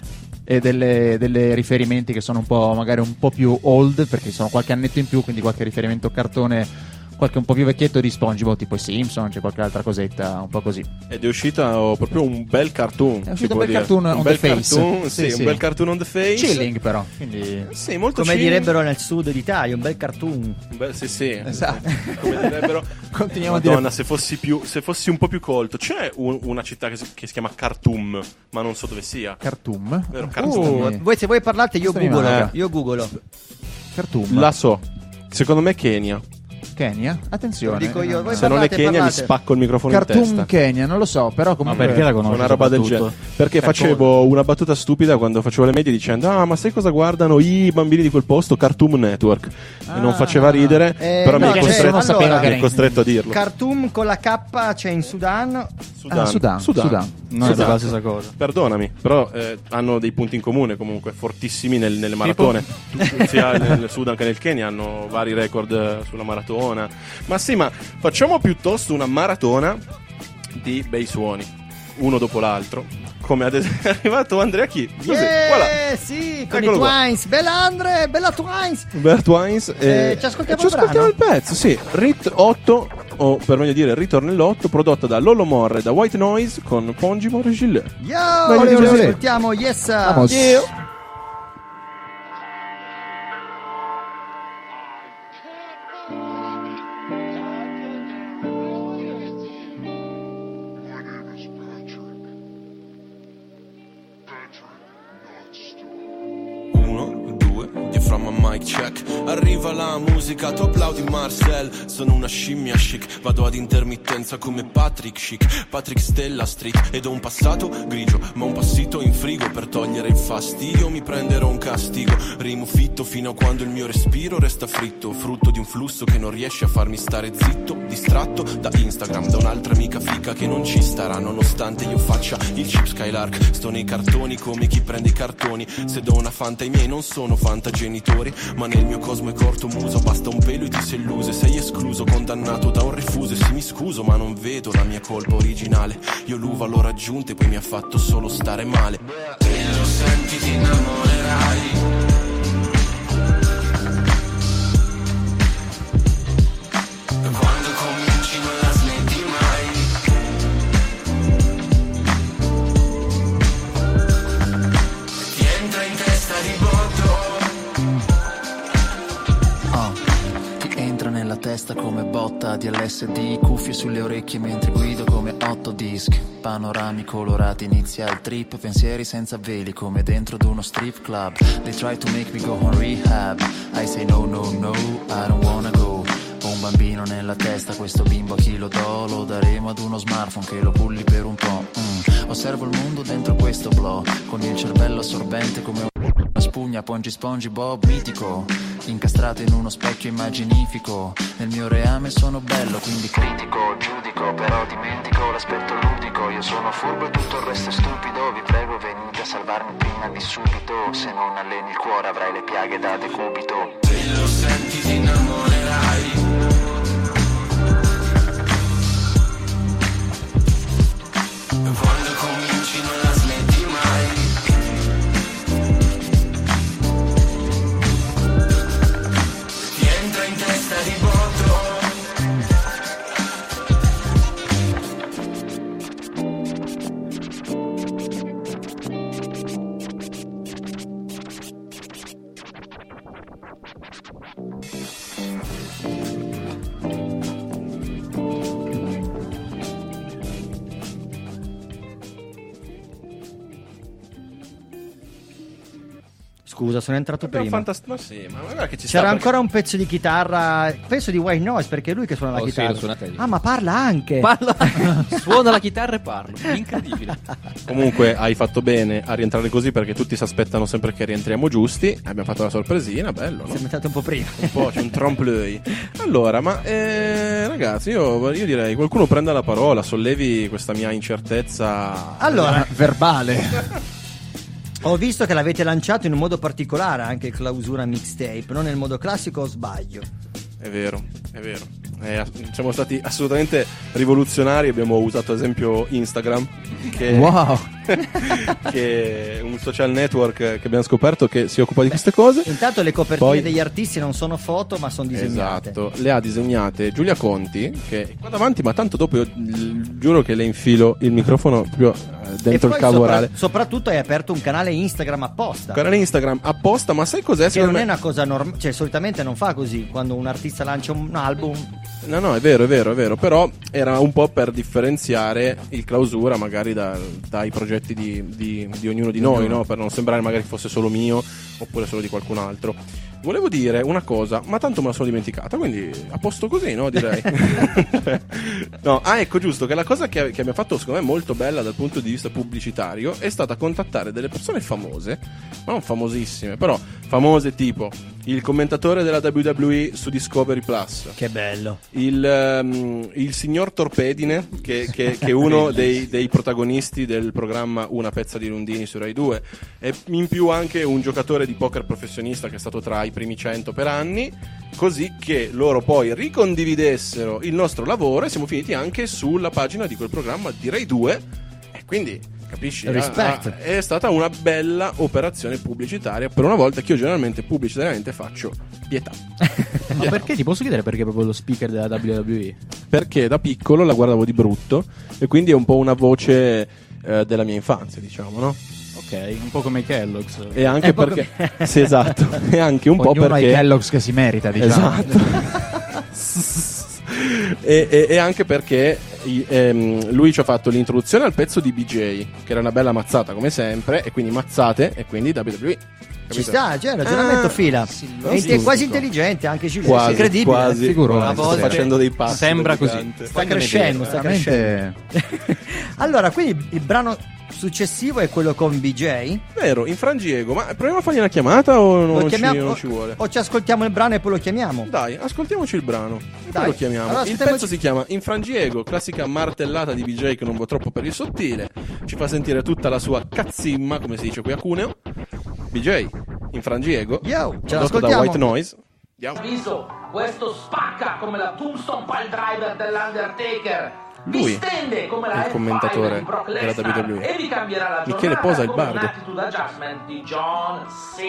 e delle, delle riferimenti che sono un po' magari un po' più old, perché sono qualche annetto in più, quindi qualche riferimento cartone qualche un po' più vecchietto di SpongeBob, tipo i Simpson, c'è qualche altra cosetta un po' così. Ed è uscito oh, proprio un bel cartoon. È si uscito può un bel dire. cartoon un on bel the face. cartoon, sì, Sì, sì. un bel cartoon on the face. Chilling però, quindi Sì, molto Come chilling. direbbero nel sud d'Italia, un bel cartoon. Beh, sì, sì. Esatto. Come direbbero. Continuiamo a Madonna, dire. se fossi, più, se fossi un po' più colto, c'è un- una città che si, che si chiama Khartoum, ma non so dove sia. Cartoon. Vero, Uh, Khartoum. voi se voi parlate io Questo mi googolo. manca. Io googolo. Cartoon. La so. Secondo me è Kenya. Kenya? Attenzione. Lo dico io, voi Se non è parlate, Kenya parlate. mi spacco il microfono in Cartoon testa. Kenya, non lo so, però comunque perché la conosci? Una roba del soprattutto? genere. Perché Cartoon. facevo una battuta stupida quando facevo le medie dicendo: ah, ma sai cosa guardano i bambini di quel posto? Cartoon Network. E non faceva ridere, Eh, però no, mi c'è- è costretto, allora, sapeva che mi era è in- costretto a dirlo. Khartoum con la K c'è in Sudan. Sudan. Ah, Sudan, Sudan. Non è la stessa cosa. Perdonami, però eh, hanno dei punti in comune comunque, fortissimi nel- nelle maratone. Tu- sia nel, nel Sudan che nel Kenya hanno vari record eh, sulla maratona. Ma sì, ma facciamo piuttosto una maratona di bei suoni, uno dopo l'altro, come ad esempio è arrivato Andrea Chi. Così, Yeah, voilà. sì, con Eccolo i qua. Twins. Bella Andre, bella Twins. Bert Wines, Eh, ci ascoltiamo ci il brano? ascoltiamo il pezzo, sì. Rit otto, o per meglio dire Ritornello otto, prodotto da Lolo Morre e da White Noise con Pongi Morgille. Yo, Olè, ci olè, olè. ascoltiamo, yes. Vamos. Yeah. From a mic check, arriva la musica, tu applaudi Marcel. Sono una scimmia chic, vado ad intermittenza come Patrick Chic, Patrick Stella Street. Ed ho un passato grigio, ma un passito in frigo. Per togliere il fastidio mi prenderò un castigo. Rimo fitto fino a quando il mio respiro resta fritto, frutto di un flusso che non riesce a farmi stare zitto. Distratto da Instagram, da un'altra amica fica che non ci starà, nonostante io faccia il chip Skylark. Sto nei cartoni come chi prende i cartoni. Se do una fanta ai miei non sono fanta genitori, ma nel mio cosmo è corto muso, basta un pelo e ti sei illuse. Sei escluso, condannato da un refuso. E sì, mi scuso, ma non vedo la mia colpa originale. Io l'uva l'ho raggiunta e poi mi ha fatto solo stare male. E lo senti, ti innamorerai. Quando cominci non la smetti mai. Ti entra in testa di botto. Nella testa come botta di L S D, cuffie sulle orecchie mentre guido come otto disc, panorami colorati, inizia il trip, pensieri senza veli come dentro ad uno strip club. They try to make me go on rehab, I say no no no, I don't wanna go. Ho un bambino nella testa, questo bimbo a chi lo do? Lo daremo ad uno smartphone che lo pulli per un po'. mm. Osservo il mondo dentro questo blog, con il cervello assorbente come una spugna, Pongi Spongi Bob mitico, incastrato in uno specchio immaginifico. Nel mio reame sono bello, quindi critico, giudico, però dimentico l'aspetto ludico. Io sono furbo e tutto il resto è stupido. Vi prego venite a salvarmi prima di subito. Se non alleni il cuore avrai le piaghe da decubito. Se lo senti ti innamorerai. Quando cominci non la smetti mai. Ti entra in testa di botto. Scusa, sono entrato Abbiamo prima. fantast- ma sì, ma guarda che ci C'era sta ancora un pezzo di chitarra, penso di White Noise, perché è lui che suona la Oh, sì, chitarra. lo suona te. Ah, ma parla anche. Parla, suona la chitarra e parlo. Incredibile. Comunque hai fatto bene a rientrare così, perché tutti si aspettano sempre che rientriamo giusti. Abbiamo fatto la sorpresina, bello, no? Siamo entrati un po' prima. Un po', c'è un trompe-l'œil. Allora, ma eh, ragazzi, io, io direi qualcuno prenda la parola, sollevi questa mia incertezza. Allora, verbale. Ho visto che l'avete lanciato in un modo particolare, anche il clausura mixtape, non nel modo classico, o sbaglio? È vero, è vero. Eh, siamo stati assolutamente rivoluzionari. Abbiamo usato ad esempio Instagram, che, wow. che è un social network che abbiamo scoperto che si occupa di queste cose. Intanto le copertine Poi- degli artisti non sono foto, ma sono disegnate. Esatto, le ha disegnate Giulia Conti, che è qua davanti, ma tanto dopo io l- giuro che le infilo il microfono proprio eh, dentro e poi il cavo sopra- orale. soprattutto hai aperto un canale Instagram apposta. Canale Instagram apposta, ma sai cos'è? Che Secondo non è me- una cosa normale, cioè solitamente non fa così quando un artista lancia un album. No, no, è vero, è vero, è vero. Però era un po' per differenziare il clausura magari da- dai progetti di, di- di ognuno di noi, no? Per non sembrare magari fosse solo mio oppure solo di qualcun altro. Volevo dire una cosa, ma tanto me la sono dimenticata, quindi a posto così, no? Direi. No, ah, ecco, giusto, che la cosa che, che mi ha fatto secondo me molto bella dal punto di vista pubblicitario è stata contattare delle persone famose, ma non famosissime, però famose tipo il commentatore della W W E su Discovery Plus. Che bello. Il, um, il signor Torpedine, che, che, che è uno dei, dei protagonisti del programma Una pezza di Lundini su Rai due. E in più anche un giocatore di poker professionista che è stato tra i primi cento per anni, così che loro poi ricondividessero il nostro lavoro, e siamo finiti anche sulla pagina di quel programma di Rai due. E quindi... capisci? Ah, ah, è stata una bella operazione pubblicitaria. Per una volta che io generalmente pubblicitariamente faccio pietà. Ma perché? Ti posso chiedere perché proprio lo speaker della W W E? Perché da piccolo la guardavo di brutto e quindi è un po' una voce eh, della mia infanzia, diciamo, no? Ok, un po' come i Kellogg's. E anche È perché come... sì, esatto. E anche un Ognuno po' perché ha i Kellogg's che si merita, diciamo. Esatto. e, e, e anche perché i, ehm, lui ci ha fatto l'introduzione al pezzo di B J, che era una bella mazzata come sempre, e quindi mazzate e quindi W W E. Capito? Ci sta, c'è il ragionamento Ah, fila. sì, è, sì, è quasi sì. intelligente anche Giulio, Quasi, è incredibile. quasi, Figurati. quasi. Sto facendo dei passi Sembra da così. gigante. Sta crescendo, sta crescendo. Allora, quindi il brano successivo è quello con B J. Vero, in Frangiego, ma proviamo a fargli una chiamata o non, Lo non chiamiamo- ci, non ci vuole? O ci ascoltiamo il brano e poi lo chiamiamo? Dai, ascoltiamoci il brano e Dai. poi lo chiamiamo. Allora, Il aspettiamoci- pezzo si chiama In Frangiego, classica martellata di B J che non va troppo per il sottile. Ci fa sentire tutta la sua cazzimma, come si dice qui a Cuneo. B J, In Frangiego, Yo, ce prodotto da l'ascoltiamo. White Noise. Andiamo. Avviso, questo spacca come la tombstone pile driver dell'Undertaker. Lui Vi stende come la è il commentatore F five di Brock della Lesnar W W E. e vi cambierà la Michele giornata Posa, il come bardo. un attitude adjustment di John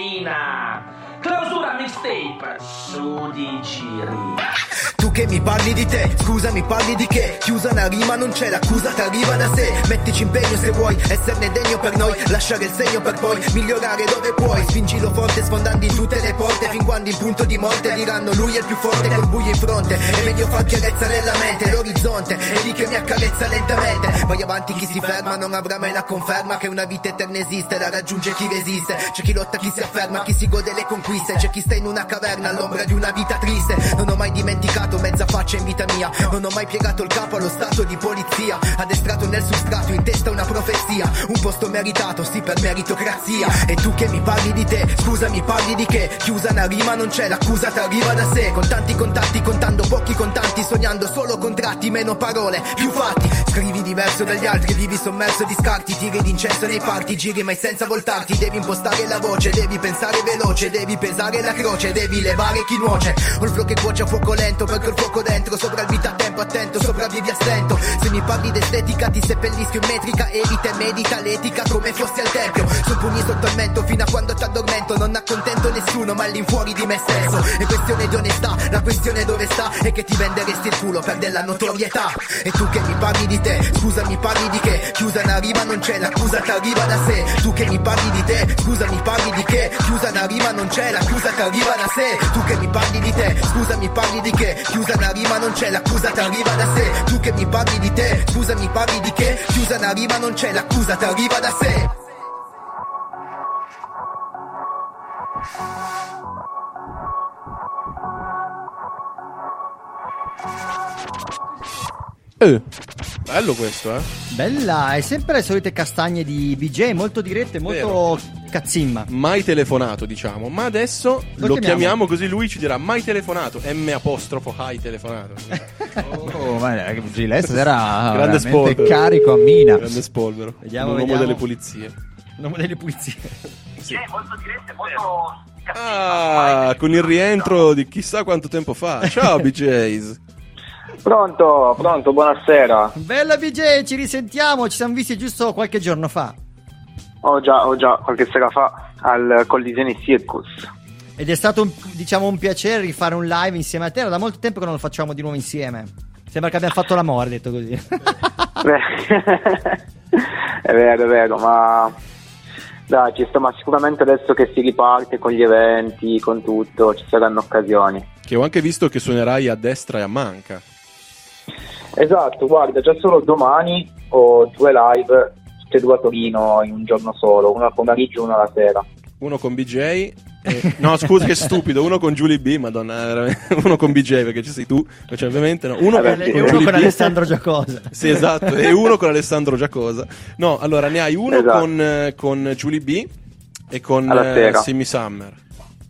Cena. Clausura mixtape su di giri. Tu che mi parli di te, scusa mi parli di che? Chiusa una rima non c'è, l'accusa t'arriva da sé. Mettici impegno se vuoi, esserne degno per noi. Lasciare il segno per poi migliorare dove puoi. Spingilo forte sfondando in tutte le porte, fin quando in punto di morte diranno lui è il più forte col buio in fronte. È meglio far chiarezza nella mente, l'orizzonte è lì che mi accarezza lentamente. Vai avanti chi si ferma non avrà mai la conferma che una vita eterna esiste, la raggiunge chi resiste. C'è chi lotta, chi si afferma, chi si gode le conquiste. C'è chi sta in una caverna all'ombra di una vita triste. Non ho mai dimenticato mezza faccia in vita mia, non ho mai piegato il capo allo stato di polizia. Addestrato nel substrato, in testa una profezia, un posto meritato, sì per meritocrazia. E tu che mi parli di te, scusa mi parli di che? Chiusa una rima non c'è, l'accusa t'arriva da sé. Con tanti contatti, contando pochi contanti, sognando solo contratti, meno parole, più fatti. Scrivi diverso dagli altri, vivi sommerso di scarti, tiri d'incenso nei parti, giri mai senza voltarti. Devi impostare la voce, devi pensare veloce, devi pesare la croce, devi levare chi nuoce. Ho il flow che cuoce a fuoco lento, perché il fuoco dentro, sopra il beat a tempo, attento, sopravvivi a stento. Se mi parli d'estetica ti seppellisco in metrica, evita e medita l'etica come fossi al tempio. Su pugni sotto il mento fino a quando t'addormento, non accontento nessuno ma all'infuori di me stesso. È questione di onestà, la questione dove sta è che ti venderesti il culo per della notorietà. E tu che mi parli di te, scusa mi parli di che? Chiusa una rima non c'è, l'accusa t'arriva da sé. Tu che mi parli di te, scusa mi parli di che? Chiusa una rima non c'è, l'accusa t'arriva da sé. Tu che mi parli di te, scusa mi parli di che? Chiusa una rima non c'è, l'accusa t'arriva da sé. Tu che mi parli di te, scusa mi parli di che? Chiusa una rima non c'è, l'accusa t'arriva da sé. Eh, bello questo, eh. Bella, è sempre le solite castagne di B J, molto dirette, molto cazzimma. Mai telefonato, diciamo, ma adesso Lo lo, chiamiamo. chiamiamo così lui ci dirà mai telefonato, M apostrofo hai telefonato. Oh, ma Gillespie era Grande veramente spolvero. carico a mina. Grande spolvero. Vediamo, un uomo vediamo. delle pulizie. Nome delle pulizie. Sì. molto dirette, molto Ah, con il rientro di chissà quanto tempo fa. Ciao B Js. Pronto, pronto, buonasera. Bella B J, ci risentiamo, ci siamo visti giusto qualche giorno fa. Ho già, ho già qualche sera fa al Collisioni Circus. Ed è stato un, diciamo un piacere rifare un live insieme a te, era da molto tempo che non lo facciamo di nuovo insieme. Sembra che abbiamo fatto l'amore, detto così. È vero, è vero, ma dai, ci sta, ma sicuramente adesso che si riparte con gli eventi, con tutto, ci saranno occasioni. Che ho anche visto che suonerai a destra e a manca. Esatto, guarda, già solo domani ho due live, tutte e due a Torino in un giorno solo, uno al pomeriggio e uno alla sera. Uno con B J e... No, scusa, che stupido. Uno con Julie B, madonna, veramente. Uno con B J, perché ci sei tu, cioè ovviamente no. Uno Eh con, beh, E uno Julie con B. Alessandro Giacosa. Sì, esatto, e uno con Alessandro Giacosa. No, allora ne hai uno Esatto. con, eh, con Julie B e con Alla eh, sera. Simmy Summer.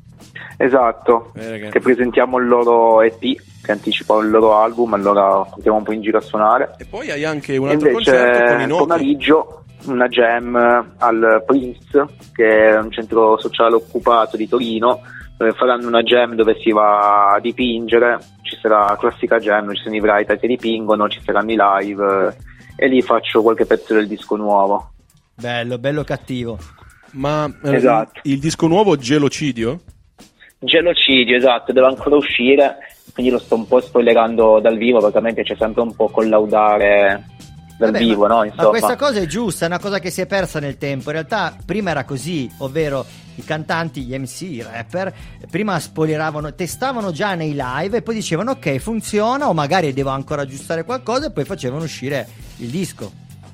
Esatto, Eh, che presentiamo il loro E P, che anticipa il loro album, allora andiamo un po' in giro a suonare. E poi hai anche un E altro invece concerto con i Noki. pomeriggio una jam al Prince, che è un centro sociale occupato di Torino, dove faranno una jam dove si va a dipingere, ci sarà la classica jam, ci sono i writer che dipingono, ci saranno i live e lì faccio qualche pezzo del disco nuovo. Bello, bello cattivo. Ma eh, Esatto. il, il disco nuovo Gelocidio? Gelocidio, esatto, deve ancora uscire, quindi lo sto un po' spoilerando dal vivo, perché ovviamente c'è sempre un po' collaudare dal Vabbè, vivo, ma, no? ma Insomma. questa cosa è giusta, è una cosa che si è persa nel tempo. In realtà prima era così, ovvero i cantanti, gli M C, i rapper, prima spoileravano, testavano già nei live e poi dicevano ok, funziona, o magari devo ancora aggiustare qualcosa, e poi facevano uscire il disco.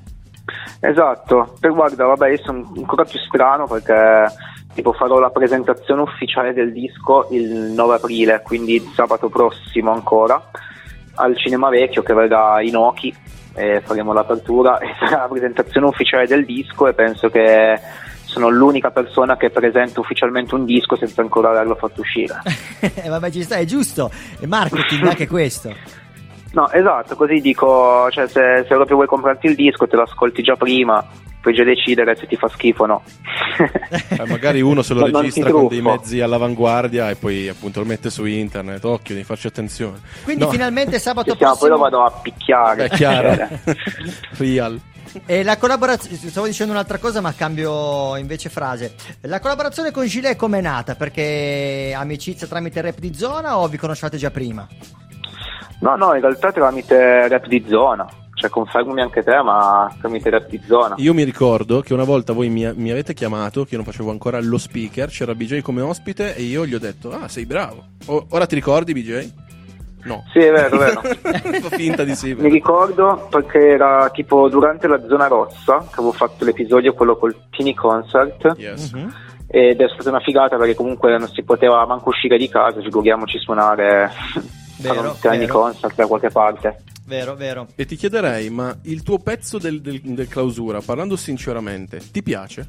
Esatto, per guarda, vabbè, io sono ancora più strano perché tipo farò la presentazione ufficiale del disco il nove aprile, quindi sabato prossimo ancora, al Cinema Vecchio, che verrà in Noki, e faremo l'apertura e sarà la presentazione ufficiale del disco, e penso che sono l'unica persona che presenta ufficialmente un disco senza ancora averlo fatto uscire. Eh, vabbè, ci sta, è giusto, è marketing anche questo. No, esatto, così dico, cioè se, se proprio vuoi comprarti il disco te lo ascolti già prima, puoi già decidere se ti fa schifo o no. Eh, magari uno se lo Non- non registra ti con truffo. dei mezzi all'avanguardia e poi appunto lo mette su internet. Occhio, devi farci attenzione. Quindi No, finalmente sabato Ci stiamo, poi lo prossimo vado a picchiare. è chiaro. Real. e la collaborazione, stavo dicendo un'altra cosa ma cambio invece frase. La collaborazione con Gilet com'è nata? Perché amicizia tramite Rap di Zona o vi conoscevate già prima? No, no, in realtà tramite Rap di Zona, cioè confermami anche te, ma tramite Rap di Zona. Io mi ricordo che una volta voi mi, mi avete chiamato, che io non facevo ancora lo speaker, c'era B J come ospite e io gli ho detto ah, sei bravo. O- ora ti ricordi B J? No. Sì, è vero, è vero. Fa finta di sì. Mi ricordo perché era tipo durante la zona rossa che avevo fatto l'episodio, quello col Tini Concert. Yes. Mhm. Ed è stata una figata perché comunque non si poteva manco uscire di casa, figuriamoci suonare Vero, a un Tiny vero. Concert da qualche parte. Vero, vero. E ti chiederei, ma il tuo pezzo del, del- del clausura, parlando sinceramente, ti piace?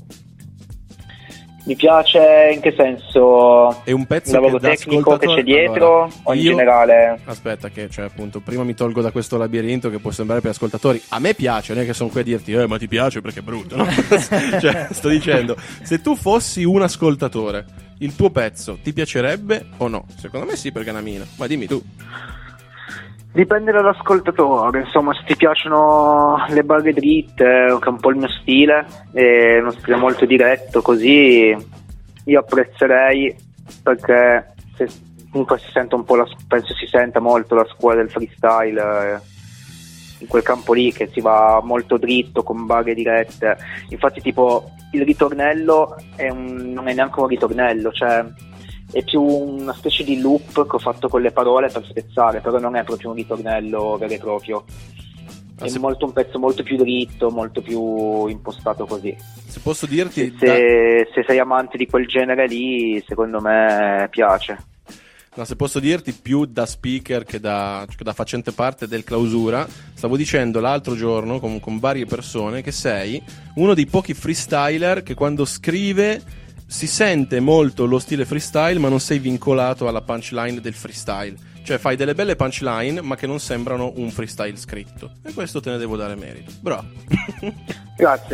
Mi piace in che senso? È un pezzo il lavoro che da tecnico che c'è ascoltatore- dietro Allora, o in io- generale? Aspetta che, cioè, appunto, prima mi tolgo da questo labirinto che può sembrare per ascoltatori. A me piace, non è che sono qui a dirti, eh, ma ti piace perché è brutto, no? Cioè, sto dicendo, se tu fossi un ascoltatore, il tuo pezzo ti piacerebbe o no? Secondo me sì, perché è una mina, ma dimmi tu. Dipende dall'ascoltatore, insomma, se ti piacciono le barre dritte, che è un po' il mio stile, è uno stile molto diretto, così io apprezzerei, perché se, comunque si sente un po', la, penso si senta molto la scuola del freestyle, eh, in quel campo lì che si va molto dritto, con barre dirette. Infatti tipo il ritornello è un, non è neanche un ritornello, cioè è più una specie di loop che ho fatto con le parole per spezzare, però non è proprio un ritornello vero e proprio. È Ah, se- molto un pezzo molto più dritto, molto più impostato così. Se posso dirti, Se, se sei amante di quel genere lì, secondo me piace. no, se posso dirti più da speaker che da, che da facente parte del clausura, stavo dicendo l'altro giorno con, con varie persone che sei uno dei pochi freestyler che quando scrive si sente molto lo stile freestyle, ma non sei vincolato alla punchline del freestyle. Cioè fai delle belle punchline, ma che non sembrano un freestyle scritto. E questo te ne devo dare merito. Bravo. Grazie.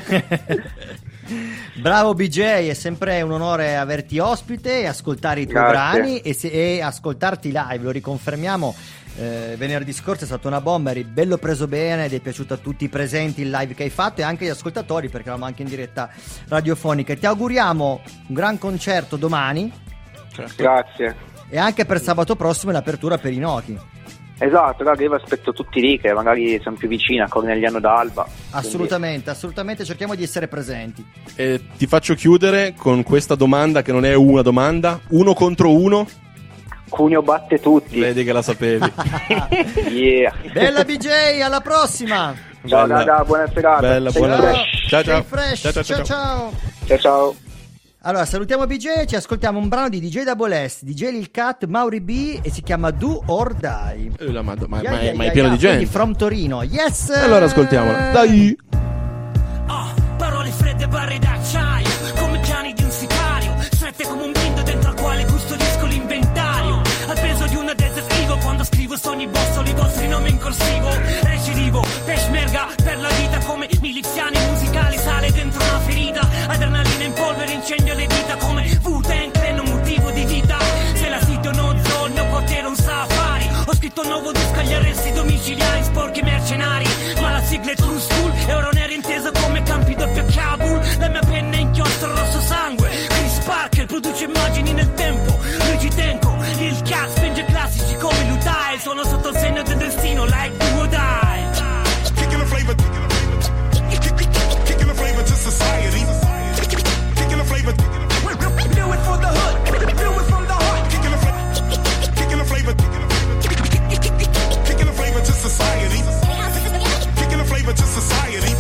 Bravo B J, è sempre un onore averti ospite e ascoltare i tuoi Grazie. brani e, se- e ascoltarti live, lo riconfermiamo. Eh, venerdì scorso è stata una bomba, eri bello preso bene ed è piaciuto a tutti i presenti il live che hai fatto e anche agli ascoltatori perché eravamo anche in diretta radiofonica. Ti auguriamo un gran concerto domani Grazie. e anche per sabato prossimo l'apertura per i Noki. Esatto, raga, io vi aspetto tutti lì, che magari sono più vicini a Cornegliano d'Alba. Assolutamente, assolutamente cerchiamo di essere presenti. E ti faccio chiudere con questa domanda che non è una domanda. Uno contro uno? Cuneo batte tutti. Vedi che la sapevi. Yeah. Bella B J, alla prossima. Ciao Bella. raga, buona serata. Bella, Stay buona- fresh. Ciao, ciao. Stay fresh. Ciao, ciao, ciao, ciao. ciao. Ciao ciao. Allora, salutiamo B J, ci ascoltiamo un brano di D J Double S, D J Lil Cat, Mauri B e si chiama Do or Die. Eh, la mad- ma, Yeah, ma è, yeah, ma è yeah, pieno yeah. di gente. Quindi from Torino, yes! Allora ascoltiamola. Dai! Parole fredde, barre d'acciaio, come piani di un sicario, strette come un blindo dentro al cuore corsivo, recidivo, peshmerga per la vita come miliziani musicali, sale dentro una ferita, adrenalina in polvere, incendio le dita come Wu-Tang, creano motivo di vita. Se la sito no zone, mio quartiere un safari, ho scritto un nuovo disco agli arresti domiciliari, sporchi mercenari, ma la sigla è true school, euro nero inteso come campi doppio Kabul, la mia penna è inchiostro rosso sangue, Chris Parker produce immagini nel tempo, Luigi Tenco, il cast spinge classici come Lutai, sono sotto il segno del destino like do or die. Kicking the flavor, kicking the flavor to society, kicking the flavor, do it for the hood, do it from the heart, kicking the flavor, kicking the flavor, kicking the flavor to society, kicking the flavor to society.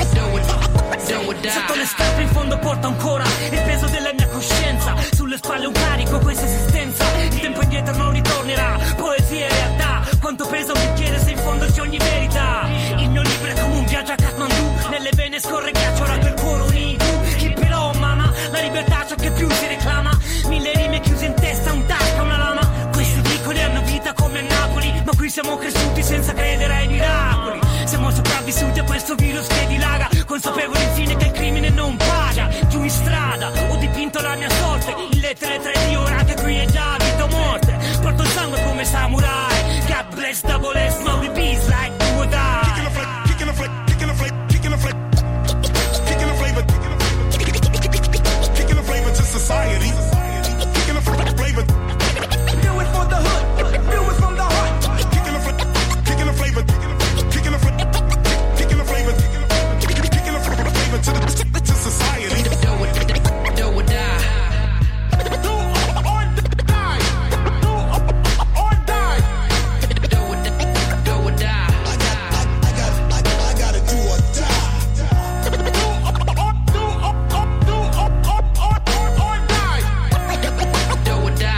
Sotto le scarpe in fondo porta ancora il peso della mia coscienza, sulle spalle un carico, questa esistenza, il tempo indietro non ritornerà, poesia e realtà, quanto pesa un bicchiere se in fondo c'è ogni verità, il mio libro è come un viaggio a Kathmandu, nelle vene scorre ghiaccio, rato il cuore unito, chi però mama, la libertà ciò che più si reclama, mille rime chiuse in testa, un tasca, una lama, questi piccoli hanno vita come a Napoli, ma qui siamo cresciuti senza credere ai miracoli, siamo sopravvissuti a questo virus che dilaga, consapevoli infine che il crimine non paga, giù in strada ho dipinto la mia sorte, in lettere tre D ora che qui è già vita o morte, porto il sangue come samurai, God bless double S, no bees like do or die. Kicking the flavor, kicking the flavor, kicking the flavor, kicking the flavor, kicking the flavor to society, kicking the flavor, Do it for the hood, do it from the heart, kicking the flavor, kicking the flavor, kicking the flavor, kicking the flavor, kicking the flavor to the to society. do it, do or die. Do or die, do or die. Do it, do or die. I got, I got, I gotta do or die. Do or do or do or or or die. Do or die.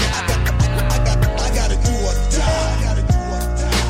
I got, I gotta do or die. Gotta do or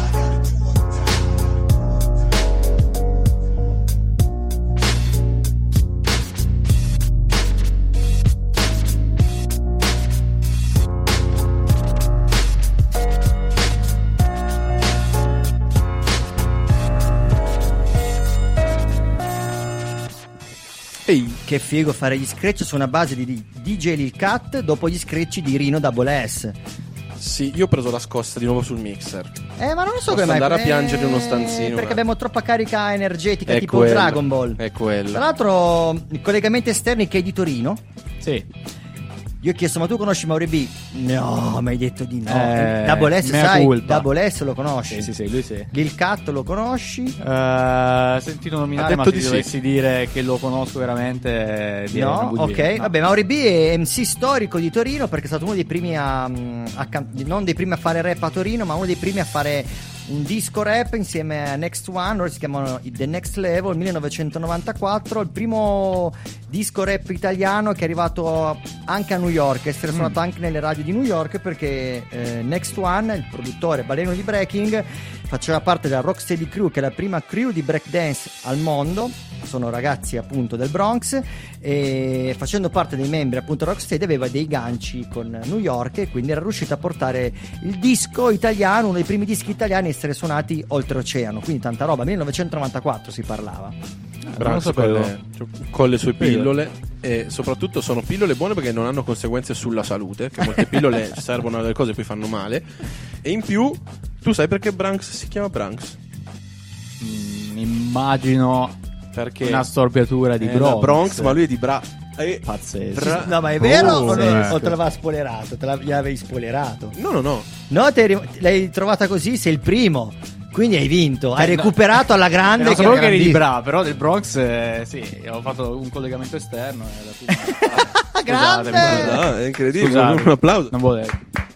Ehi, che figo fare gli scratch su una base di D J Lil Cat dopo gli scratch di Rino Double S. Sì, io ho preso la scossa di nuovo sul mixer. Eh, ma non lo so Posso come mai. andare a eh, piangere in uno stanzino. Perché eh. abbiamo troppa carica energetica, È tipo quello, Dragon Ball. È quello. Tra l'altro, i collegamenti esterni che è di Torino. Sì. Io ho chiesto, ma tu conosci Mauri B? No, mi hai detto di no. Eh, Double S, mea sai? culpa. Double S lo conosci? Sì, sì, sì, lui sì. Lil Cat lo conosci? Uh, sentito nominare, Ha ma detto se di sì. dovessi dire che lo conosco veramente, eh, direi una No, bugia. ok. No. Vabbè, Mauri B è M C storico di Torino perché è stato uno dei primi a, a can- non dei primi a fare rap a Torino, ma uno dei primi a fare un disco rap insieme a Next One, loro si chiamano The Next Level, millenovecentonovantaquattro, il primo disco rap italiano che è arrivato anche a New York, essere suonato anche nelle radio di New York perché eh, Next One, il produttore baleno di breaking, faceva parte della Rocksteady Crew, che è la prima crew di breakdance al mondo, sono ragazzi appunto del Bronx, e facendo parte dei membri appunto Rocksteady aveva dei ganci con New York e quindi era riuscito a portare il disco italiano, uno dei primi dischi italiani a essere suonati oltreoceano, quindi tanta roba, millenovecentonovantaquattro si parlava. Branks con le, con le sue pillole, e soprattutto sono pillole buone perché non hanno conseguenze sulla salute, che molte pillole servono a delle cose e poi fanno male, e in più tu sai perché Branks si chiama Branks? Mm, immagino perché una storpiatura di è Bronx. da Bronx, ma lui è di Bra. È pazzesco. Bra- No, ma è vero Oh, o, non- sì. o te l'aveva spoilerato? Te l'avevi spoilerato? No, no, no. No, te eri- l'hai trovata così, sei il primo. Quindi hai vinto, hai Eh, no. recuperato alla grande. Non che sapevo era che eri di grandissimo. Bra, però del Bronx, eh, sì, ho fatto un collegamento esterno. E alla fine... Grande! Scusatemi, Ah, è incredibile, Scusate. un applauso. Non volevo.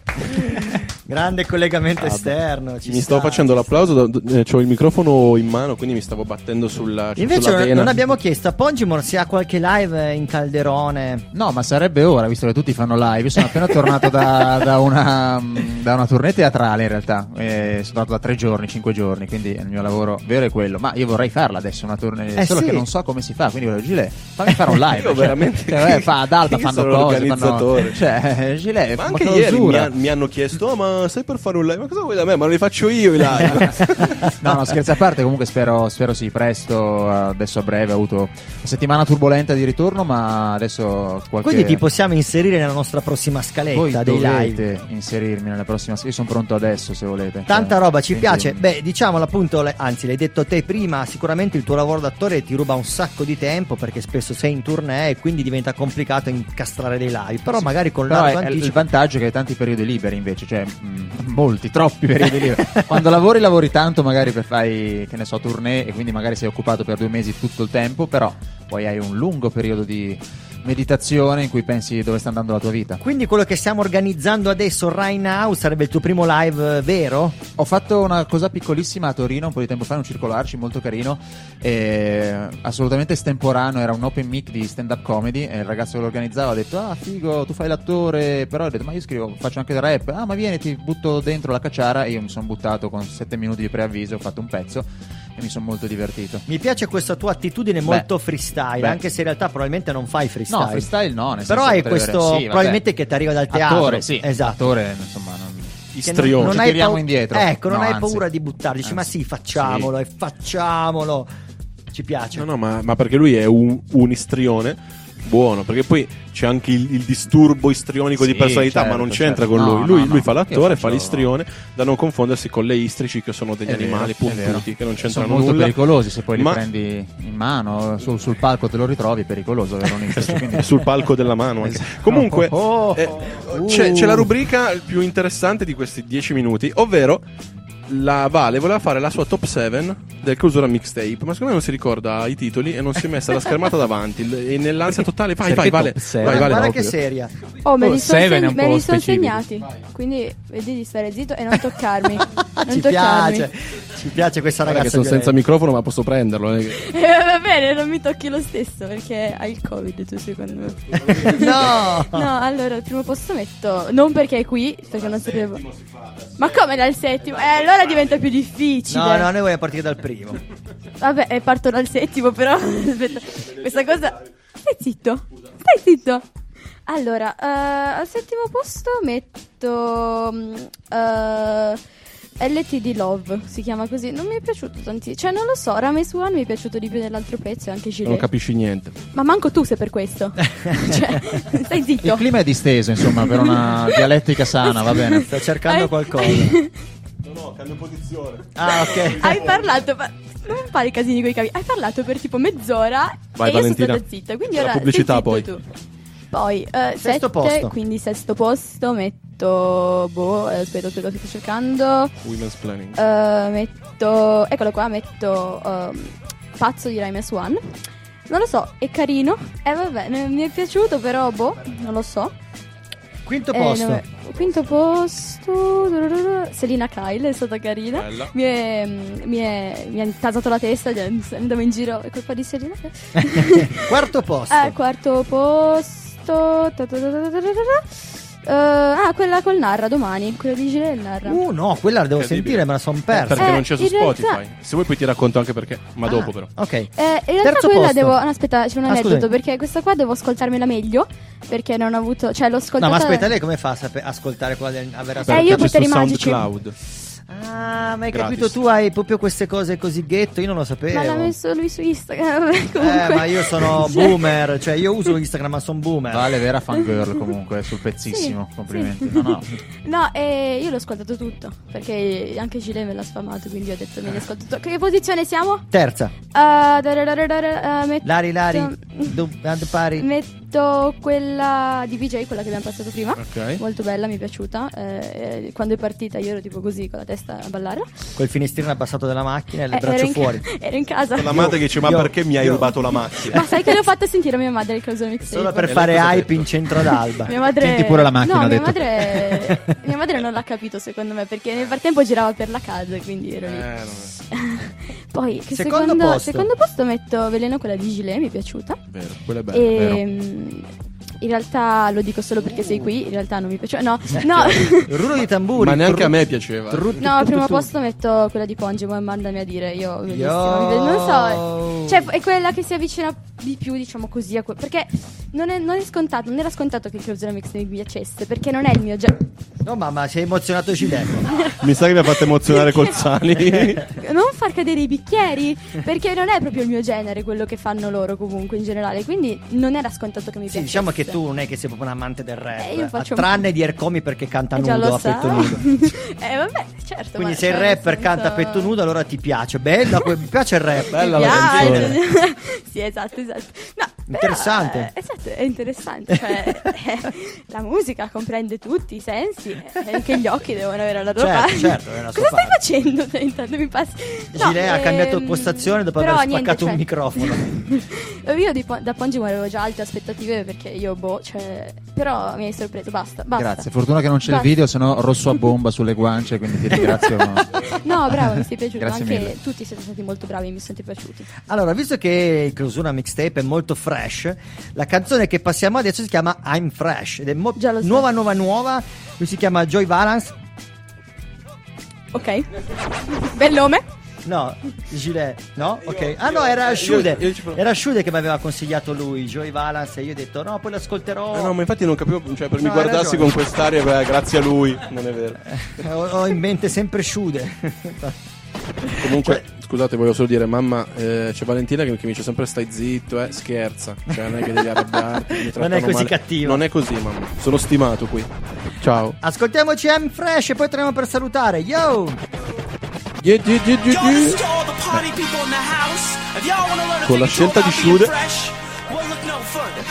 Grande collegamento Vabbè. esterno. ci Mi sta. stavo facendo l'applauso, da- eh, c'ho il microfono in mano, quindi mi stavo battendo sulla, Invece sulla non, vena. non abbiamo chiesto a Pongimor se ha qualche live in Calderone. No, ma sarebbe ora, visto che tutti fanno live. Io sono appena tornato da, da una, da una tournée teatrale in realtà. Eh, sono tornato da tre giorni, cinque giorni, quindi il mio lavoro vero è quello. Ma io vorrei farla adesso una tournée, Eh solo sì. che non so come si fa, quindi volevo Gilet, fammi fare un live. Io veramente- cioè, eh, fa ad Alba io fanno sono cose, fanno, l'organizzatore. cioè, Gilet, Ma ma anche che ieri mi, usura. ha- mi hanno chiesto: oh, ma ma stai per fare un live? Ma cosa vuoi da me? Ma non li faccio io i live. No, no, scherzi a parte, comunque spero, spero sì, presto, adesso a breve, ho avuto una settimana turbolenta di ritorno, ma adesso qualche... Quindi ti possiamo inserire nella nostra prossima scaletta Voi dei live. dovete inserirmi nella prossima, io sono pronto adesso se volete. Tanta Cioè, roba, ci quindi- piace. Beh, diciamolo appunto, le- anzi l'hai detto te prima, sicuramente il tuo lavoro d'attore ti ruba un sacco di tempo perché spesso sei in tournée e quindi diventa complicato incastrare dei live. Però Sì. magari con Però largo è- è anticipo... il vantaggio è che hai tanti periodi liberi invece, cioè mh, molti, troppi periodi liberi. Quando lavori lavori tanto magari per fai, che ne so, tournée e quindi magari sei occupato per due mesi tutto il tempo, però poi hai un lungo periodo di meditazione in cui pensi dove sta andando la tua vita. Quindi quello che stiamo organizzando adesso, right now, sarebbe il tuo primo live eh, vero? Ho fatto una cosa piccolissima a Torino un po' di tempo fa, in un circolo Arci molto carino, e assolutamente estemporaneo, era un open mic di stand up comedy e il ragazzo che lo organizzava ha detto ah figo, tu fai l'attore, però ho detto ma io scrivo, faccio anche del rap, ah ma vieni ti butto dentro la cacciara, e io mi sono buttato con sette minuti di preavviso, ho fatto un pezzo e mi sono molto divertito. Mi piace questa tua attitudine Beh. molto freestyle, Beh. anche se in realtà probabilmente non fai freestyle. No, freestyle no, nel Però senso hai potrebbe questo, avere- sì, vabbè. probabilmente che ti arriva dal teatro. Attore, sì, esatto. attore, insomma, non... Che Istrione. non Ci hai tiriamo pau- indietro. Ecco, non No, hai anzi. paura di buttarli. Dici, ma Anzi. sì, facciamolo e facciamolo. Ci piace. No, no, ma, ma perché lui è un, un istrione buono, perché poi c'è anche il, il disturbo istrionico di Sì, personalità, certo, ma non c'entra certo. con No, lui. Lui, no, lui no. fa l'attore, Io fa faccio- l'istrione, da non confondersi con le istrici, che sono degli È vero, animali è vero. pomputi, che non Sono c'entrano molto nulla. pericolosi se poi li Ma- prendi in mano, sul, sul palco te lo ritrovi, è pericoloso avere un istrice, quindi... Sul palco della mano anche. Esatto. Comunque Oh, eh, uh. c'è, c'è la rubrica più interessante di questi dieci minuti, ovvero la Vale voleva fare la sua top sette del Clausura Mixtape, ma secondo me non si ricorda i titoli e non si è messa la schermata davanti, il- e nell'ansia totale vai vai Perché Vale, top seven? vai, Vale Guarda no, che seria. Oh, me li Oh, sono Seven è un me po' li son specifico. segnati. Quindi vedi di stare zitto e non toccarmi. Non Ci toccarmi. piace. Ci piace questa Guarda che ragazza. sono senza violenta. microfono ma posso prenderlo, non è che- Eh, va bene, non mi tocchi lo stesso perché hai il Covid tu secondo me. No! No, allora al primo posto metto non perché è qui, perché non sapevo. Ma come dal settimo? Eh, allora diventa più difficile. No, no, noi vogliamo partire dal primo. Vabbè, eh, parto dal settimo, però aspetta, questa cosa. Stai zitto. Stai zitto. Allora, eh, al settimo posto metto mm, eh, L T D Love, si chiama così. Non mi è piaciuto tantissimo. Cioè, non lo so, Rames One mi è piaciuto di più dell'altro pezzo e anche non Gilet. capisci niente. Ma manco tu sei per questo. Cioè, stai zitto. Il clima è disteso, insomma, per una dialettica sana, va bene. Sto cercando Hai- qualcosa. No, no, cambio posizione. Ah, ok. Hai parlato, ma non fare casini con i cavi. Hai parlato per tipo mezz'ora Vai, e io Valentina. sono stata zitta. Quindi La ora pubblicità, stai zitto poi. tu. Poi eh, Sesto sette, posto. quindi sesto posto metto boh, eh, aspetta, aspetta, sto cercando. Women's planning. Eh, metto eccolo qua, metto ehm, Pazzo di Rhymes One. Non lo so, è carino. Eh vabbè, ne- mi è piaciuto, però boh, non lo so. Quinto Eh, posto. no, quinto posto. Selina Kyle è stata carina. Bella. Mi è, mi è mi ha intasato la testa. cioè, Andavo in giro. È colpa di Selina Kyle. Quarto posto. Ah, quarto posto. Ta ta ta ta ta ta ta ta. Eh, ah, quella col Narra domani. Quella di Gile e il Narra. Uh, no, quella la devo Incredibile. sentire, me la son persa. Perché Eh, non c'è su in realtà- Spotify. Se vuoi poi ti racconto anche perché, ma Ah, dopo però. Ok. Eh, in realtà Terzo quella posto. devo. No, aspetta, c'è un Ah, aneddoto. scusami. Perché questa qua devo ascoltarmela meglio. Perché non ho avuto. Cioè, l'ho No, ascoltata. ma aspetta, lei come fa a sape- ascoltare quella del aver Eh, ascoltato? io C'è poteri su magici. SoundCloud. Ah, ma hai Gratis. capito, tu hai proprio queste cose così ghetto, io non lo sapevo. Ma l'ha messo lui su Instagram. Vabbè, comunque. Eh, ma io sono boomer, cioè io uso Instagram ma sono boomer. Vale, vera fangirl comunque, sul pezzissimo, Sì, complimenti. sì. No, no. No, e io l'ho ascoltato tutto. Perché anche Gile me l'ha sfamato. Quindi ho detto me li ascolto tutto. Che posizione siamo? Terza. Uh, darararara, uh, metto, Lari Lari, du- and pari. metto quella di V J, quella che abbiamo passato prima. Ok. Molto bella, mi è piaciuta. Eh, eh, quando è partita io ero tipo così con la testa a ballare. Col finestrino abbassato della macchina e il Eh, braccio ero in, fuori. ero in casa. La madre che dice ma Io- perché mi hai io- rubato la macchina? Ma sai che l'ho fatta sentire a mia madre il caso mixtape? Solo per E lei fare cosa ha hype detto? in centro ad Alba. Mia madre... Senti pure la macchina, No, ha mia detto. madre... mia madre non l'ha capito secondo me perché nel frattempo girava per la casa quindi ero lì. Eh, non Poi che Secondo secondo, posto. secondo posto metto Veleno, quella di Gilet, mi è piaciuta. è vero, quello è bello. vero. E mm, in realtà lo dico solo perché sei qui, in realtà non mi piace. No, no. Il rullo di tamburi. Ma neanche Tru- a me piaceva. tru- No, al primo tu- tu- posto metto quella di Ponge, ma mandami a dire, io bellissima, Yo. mi piace- non so, cioè è quella che si avvicina di più, diciamo così, a que- perché non è, non è scontato, non era scontato che il Clausura Mixtape mi piacesse, perché non è il mio genere. No, mamma, sei emozionato Gileco. Mi sa che mi ha fatto emozionare Cozzani. Non far cadere i bicchieri, perché non è proprio il mio genere quello che fanno loro comunque in generale, quindi non era scontato che mi Sì, piacesse. diciamo che tu non è che sei proprio un amante del rap, Eh, io faccio a un- tranne di Ercomi perché canta Eh, già nudo lo a sa. petto nudo. Eh vabbè, certo. Quindi ma se il cioè, nel rapper canta a senso- petto nudo allora ti piace. Bella, que- mi piace il rap. Bella Mi la canzone. piace. Sì, esatto, esatto. No, però, Interessante. eh, esatto, è interessante. Cioè, eh, la musica comprende tutti i sensi, e anche gli occhi devono avere la loro Certo, parte. certo, è la sua Cosa stai parte. facendo? te, Intanto mi passi. No, Gilet ha cambiato ehm, postazione dopo però aver niente, spaccato cioè- un microfono. Io di Po- da Pongimo avevo già alte aspettative perché io, boh, cioè. Però mi hai sorpreso, basta. basta. Grazie, fortuna che non c'è il Basta. video, sennò rosso a bomba sulle guance, quindi ti ringrazio. No, bravo, mi sei piaciuto. Grazie Anche mille. tutti siete stati molto bravi, mi sono piaciuti. Allora, visto che il Clausura Mixtape è molto fresh, la canzone che passiamo adesso si chiama I'm Fresh ed è mo- nuova, nuova, nuova. Lui si chiama Joy Valance. Ok. Bel nome. No, Gilet, no? Ok. Ah no, era Shude. io- io ci provo. Era Shude che mi aveva consigliato lui, Joy Valance, e io ho detto no, poi l'ascolterò. Eh no, ma infatti non capivo, cioè per No, mi hai guardassi ragione. con quest'aria, beh, grazie a lui, non è vero. Eh, ho, ho in mente sempre Shude. Comunque, scusate, volevo solo dire, mamma, eh, c'è Valentina che, che mi dice sempre stai zitto, eh, scherza. Cioè non è che devi arrabbiarti, mi trattano così male. cattiva. Non è così, mamma. Sono stimato qui. Ciao. Ascoltiamoci I'm Fresh e poi torniamo per salutare. Yo! Yeah, yeah, yeah, yeah, Yo, yeah. this is to all the party people in the house. If y'all wanna learn a Con la thing or two scelta di about being Shude. fresh, well, look no further.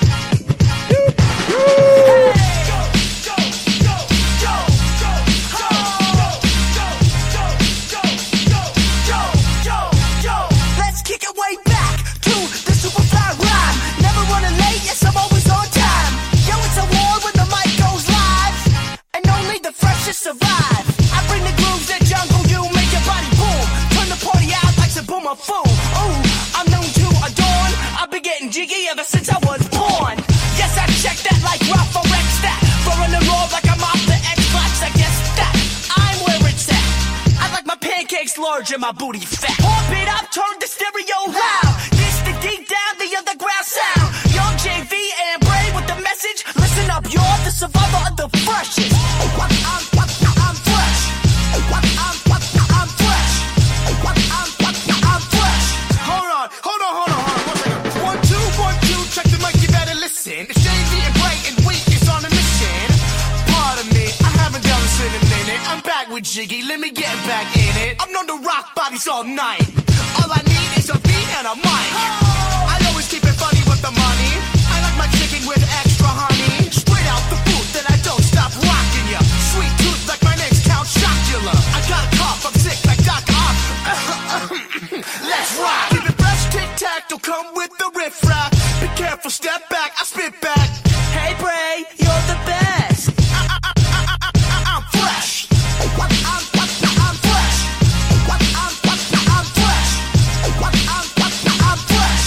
Let's kick it way back to the Superfly rhyme. Never running late, yes, I'm always on time. Yo, it's a war when the mic goes live, and only the freshest survive. I bring the grooves that jungle you, make your body boom. Turn the party out like some boomer fool. Ooh, I'm known to adorn. I've been getting jiggy ever since I was born. Yes, I check that like Ralph or Rex that. Throwing the roll like I'm off the Xbox, I guess that I'm where it's at. I like my pancakes large and my booty fat. Pump it up, turn the stereo loud. This the deep down, the underground sound. Young J V and Bray with the message. Listen up, you're the survivor of the freshest. I'm, I'm, I'm fresh. I'm, I'm, I'm fresh. I'm, I'm fresh. Hold on, hold on, hold on, hold on. One second. One, two, one, two. Check the mic, you better listen. It's J V and Bray and we is on a mission. Pardon me, I haven't done this in a minute. I'm back with Jiggy, let me get back in it. I'm known to rock bodies all night. All I need is a beat and a mic. I always keep it funny with the money. I like my chicken with extra honey. Straight out the booth, then I don't stop rocking ya. Sweet tooth like my name's Count Chocula. I got a cough, I'm sick like Doc Ock. Let's rock. Keep it fresh, tic tac, don't come with the riff raff. Be careful, step back, I spit back. Hey Bray, you're the best. I, I, I, I, I, I'm fresh. I'm, I'm, I'm fresh. I'm, I'm, I'm fresh. I'm, I'm, I'm fresh.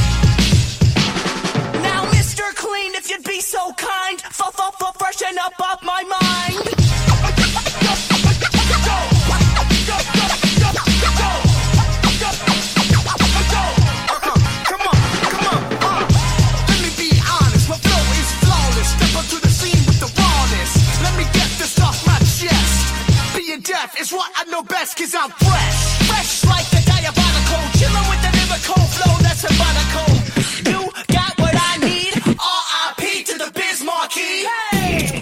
Now, Mister Clean, if you'd be so kind, f f f freshen up off my mind. Come on, come on, uh. Let me be honest, my flow is flawless. Step up to the scene with the rawness. Let me get this off my chest. Being deaf is what I know best, cause I'm fresh. Fresh like the diabolical, chillin' with the lyrical flow that's symbolical. You got what I need, R I P to the Biz Marquee. Hey,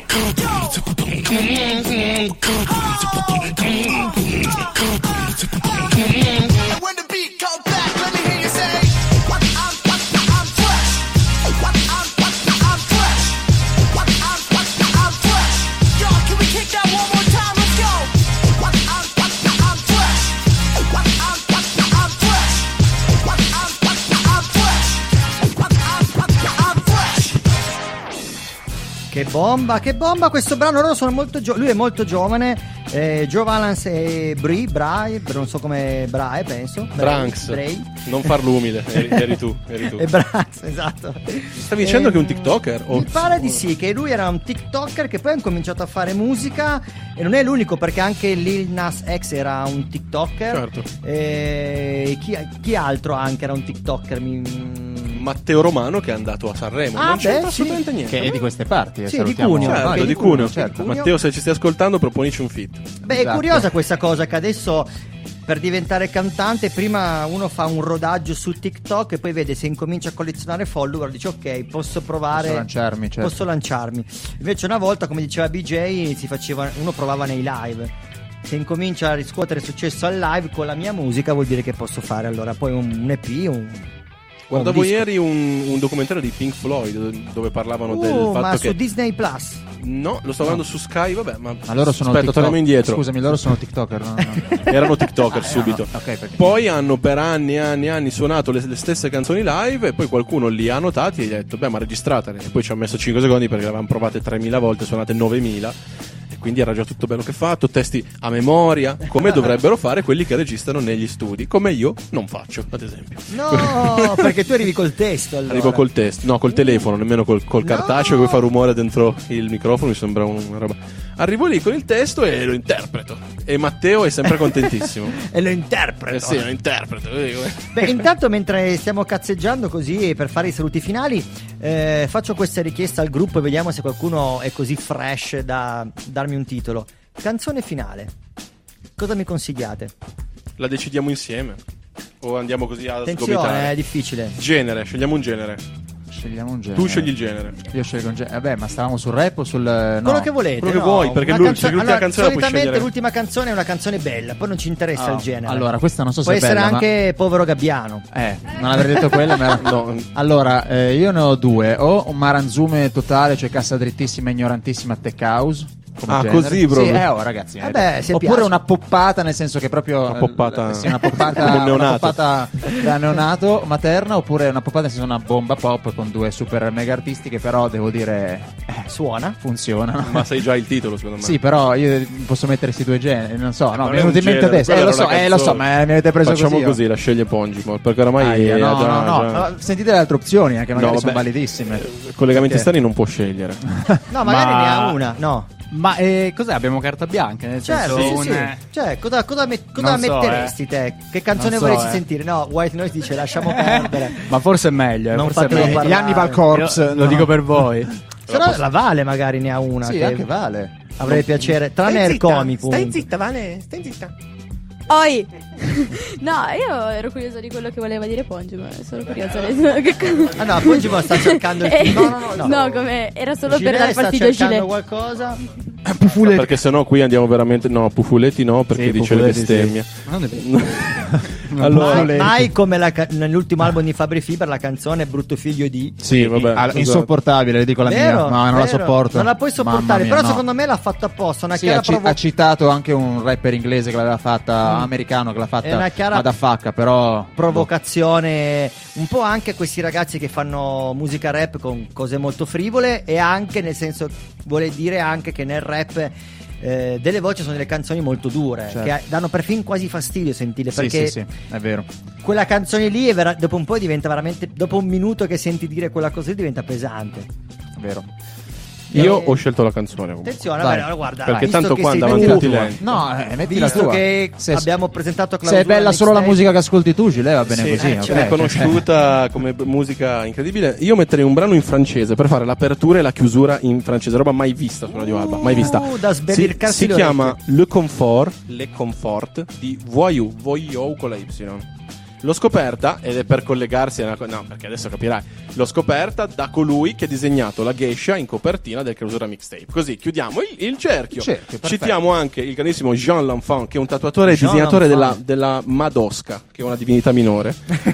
And when the beat comes back, let me hear you say, I'm, I'm, I'm fresh. I'm, I'm, I'm fresh. I'm, I'm, I'm fresh. y'all, can we kick that one more time? Let's go. I'm, I'm, I'm fresh. I'm, I'm, I'm fresh. I'm, I'm, I'm fresh. I'm, I'm, I'm fresh. Che bomba, che bomba questo brano. Loro sono molto gio- lui è molto giovane. Eh, Joe Valance e Bri, Brai, non so come Brai, penso. Brai, Branks. Brai. Non farlo umile, eri, eri tu, eri tu. E Branks, esatto. Stavi dicendo Eh, che è un TikToker? O- Mi pare di sì, che lui era un TikToker che poi ha incominciato a fare musica e non è l'unico perché anche Lil Nas X era un TikToker. Certo. E chi, chi altro anche era un TikToker? Mi... Matteo Romano che è andato a Sanremo. Ah, non beh, c'entra sì. assolutamente niente. Che è di queste parti. eh, Sì, di salutiamo- Cuneo. Certo, Che di di Cuneo. Cuneo, Certo. Cuneo. Matteo, se ci stai ascoltando, proponici un fit. Beh, è Esatto. curiosa questa cosa che adesso per diventare cantante prima uno fa un rodaggio su TikTok e poi vede se incomincia a collezionare follower, dice ok, posso provare, Posso lanciarmi, certo. posso lanciarmi. Invece una volta, come diceva B J, si faceva, uno provava nei live. Se incomincia a riscuotere successo al live con la mia musica vuol dire che posso fare allora poi un, un E P, un Guardavo un disco. ieri un, un documentario di Pink Floyd dove parlavano Uh, del fatto ma che su Disney Plus. no, lo sto guardando su Sky, vabbè, ma, Ma loro sono aspetta, TikTok- torniamo indietro. Scusami, loro sono TikToker. No? No. Erano TikToker Ah, subito. no, ok, perché- Poi hanno per anni e anni e anni suonato le, le stesse canzoni live e poi qualcuno li ha notati e gli ha detto beh, ma registratele. E poi ci ha messo cinque secondi perché le avevano provate tremila volte, suonate novemila. E quindi era già tutto bello che fatto, testi a memoria, come dovrebbero fare quelli che registrano negli studi, come io non faccio, ad esempio. No, perché tu arrivi col testo allora. Arrivo col testo, no, col telefono, nemmeno col, col cartaceo che fa rumore dentro il microfono, mi sembra una roba. Arrivo lì con il testo e lo interpreto. E Matteo è sempre contentissimo. E lo interpreto. Eh sì, lo interpreto. Beh, intanto mentre stiamo cazzeggiando così per fare i saluti finali, eh, faccio questa richiesta al gruppo e vediamo se qualcuno è così fresh da darmi un titolo. Canzone finale. Cosa mi consigliate? La decidiamo insieme? O andiamo così a Attenzione, sgomitare? è difficile. Genere, scegliamo un genere. Scegliamo un genere. Tu scegli il genere. Io scelgo un genere. Vabbè, ma stavamo sul rap o sul. No. Quello che volete. Quello che no? vuoi, perché Una l'ul- canzone- l'ultima allora, canzone la puoi solitamente scegliere. l'ultima canzone è una canzone bella, poi non ci interessa Ah, il genere. allora, questa non so Può se è essere bella, anche Povero Gabbiano. Eh, non avrei detto quella, ma era... No. Allora, eh, io ne ho due. O un maranzume totale, cioè cassa drittissima, ignorantissima tech house. come Ah, genere. così proprio? Sì, eh, oh, ragazzi. Eh beh, se Oppure piace. una poppata, nel senso che proprio. Una poppata- eh, sì, una poppata. come un una neonato. poppata da neonato materna, oppure una poppata, nel senso una bomba pop con due super mega artisti che però devo dire. eh, Suona. Funzionano. Ma sai già il titolo, secondo me. Sì, però io posso mettere questi due generi, non so, no, Non mi è è venuto un in mente genere, adesso. Eh, quella lo era so, una eh, lo so, canzone. ma mi avete preso Facciamo così. così, la sceglie Pongimo, perché oramai Aia, è no, già- no, no, già- no, sentite le altre opzioni, anche magari No, sono vabbè. validissime. collegamenti Perché? esterni non può scegliere. No, magari Ma- ne ha una. No. Ma eh, cos'è? Abbiamo carta bianca? Nel Certo, senso, sì, un- sì. Cioè, cosa, cosa, met- cosa Non so, metteresti te? Che canzone Non so, vorresti eh. sentire? No, White Noise dice lasciamo perdere. Ma forse è meglio. eh, Non forse è fatelo meglio. parlare. Gli Hannibal Corpse, Io- lo no. dico per voi. Se no, la Vale magari ne ha una. Sì, che anche Vale. Avrei piacere. Tranne Ercomi, punto. zitta, Vale, stai zitta. Oi! No, io ero curiosa di quello che voleva dire Pongi, ma sono curiosa. Che Ah no, Pongi sta cercando il Eh, no, no, no, no. No, come era solo Gilet per dar sta fastidio a cercando Gilet. qualcosa. Perché sennò qui andiamo veramente. No, Pufuletti no, perché Sì, dice le Pufuletti, bestemmie. Allora, Allora, mai, mai come la ca- nell'ultimo album di Fabri Fiber la canzone Brutto figlio di. sì, vabbè. Ah, esatto. insopportabile, le dico la Vero, mia. No, non la vero. sopporto. Non la puoi Mamma sopportare, mia, però no. secondo me l'ha fatto apposta. Una Sì, chiara ha, ci- provo- ha citato anche un rapper inglese che l'aveva fatta, americano che l'ha fatta È una chiara Madafacca, però provocazione, un po' anche questi ragazzi che fanno musica rap con cose molto frivole e anche nel senso vuole dire anche che nel rap eh, delle voci sono delle canzoni molto dure Certo. che danno perfino quasi fastidio sentirle sì, perché sì, sì, è vero. quella canzone lì è vera- dopo un po' diventa veramente dopo un minuto che senti dire quella cosa lì diventa pesante. È vero. Io Eh, ho scelto la canzone. comunque. Attenzione, Vai. vabbè, allora guarda, Perché visto tanto che qua sei davanti tu- a tutti lei. No, eh, metti la visto tua. che Se- abbiamo presentato Se Clausura è bella solo la Mixtape- musica che ascolti tu, Gilet, va bene Sì, così. eh, ok. cioè, è conosciuta come b- musica incredibile. Io metterei un brano in francese per fare l'apertura e la chiusura in francese, roba mai vista su Radio Alba, mai vista. Uh, da Si, sbircarsi si le chiama orecchie. Le Confort, Le Confort di Voyou, Voyou con la Y. L'ho scoperta ed è per collegarsi a una cosa. No, perché adesso capirai. L'ho scoperta da colui che ha disegnato la geisha in copertina del Clausura Mixtape. Così chiudiamo il, il cerchio. Cerchio, perfetto. Citiamo anche il grandissimo Jean L'Enfant, che è un tatuatore e Jean disegnatore della, L'Enfant. della Madosca, che è una divinità minore.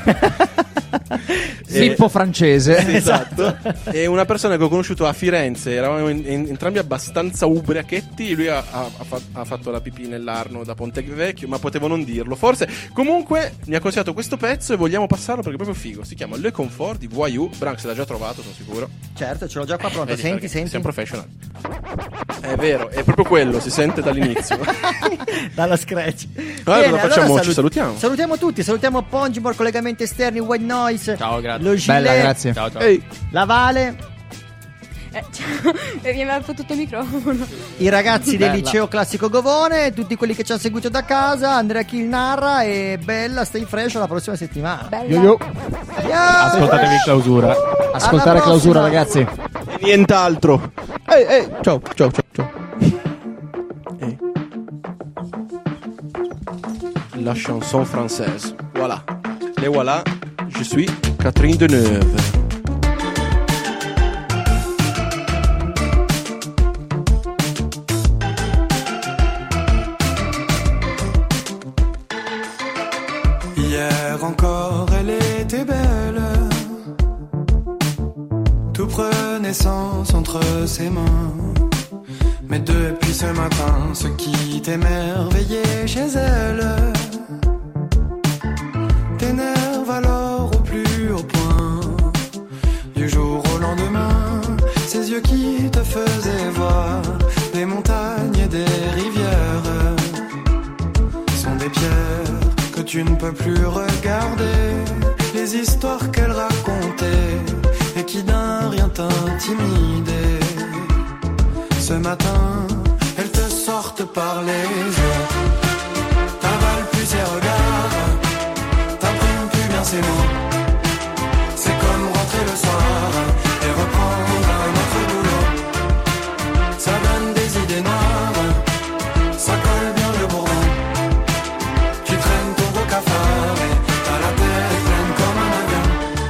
Zippo francese. Esatto. E una persona che ho conosciuto a Firenze, eravamo in- in- entrambi abbastanza ubriachetti. Lui ha, ha- ha fa- ha fatto la pipì nell'Arno da Ponte Vecchio, ma potevo non dirlo. Forse. Comunque mi ha consigliato questo pezzo e vogliamo passarlo perché è proprio figo. Si chiama Le Confort di Voyou. Branks l'ha già trovato, sono sicuro. Certo, ce l'ho già qua pronto. Vedi, Senti, perché senti. siamo professional. È vero, è proprio quello, si sente dall'inizio. Dalla scratch. Allora, cosa facciamo? salut- Ci salutiamo. Salutiamo tutti, salutiamo Pongimor, collegamenti esterni, White Noise. Ciao, grazie. Lo Gilet, Bella, grazie. Ciao, ciao. Ehi. La Vale Eh, cioè, mi aveva fottuto il microfono. I ragazzi del Bella. liceo classico Govone, tutti quelli che ci hanno seguito da casa, Andrea Kill narra e Bella, stay fresh alla prossima settimana. Bella. Yo yo. Ascoltatevi clausura. Ascoltare Alla clausura, prossima. ragazzi. E nient'altro. Ehi, ehi, ciao, ciao, ciao, ciao. Ehi. La chanson française. Voilà. Et voilà, je suis Catherine Deneuve. Hier encore, elle était belle. Tout prenait sens entre ses mains. Mais depuis ce matin, ce qui t'émerveillait chez elle t'énerve alors au plus haut point. Du jour au lendemain, ces yeux qui te faisaient voir des montagnes et des rivières sont des pierres que tu ne peux plus regarder. Les histoires qu'elle racontait et qui d'un rien t'intimidaient. Ce matin, elles te sortent par les yeux, t'avalent plus ses regards, t'impriment plus bien ses mots. C'est comme rentrer le soir et reprendre un autre boulot. Ça donne des idées noires, ça colle bien le bourron. Tu traînes ton beau cafard et t'as la tête pleine comme un avion.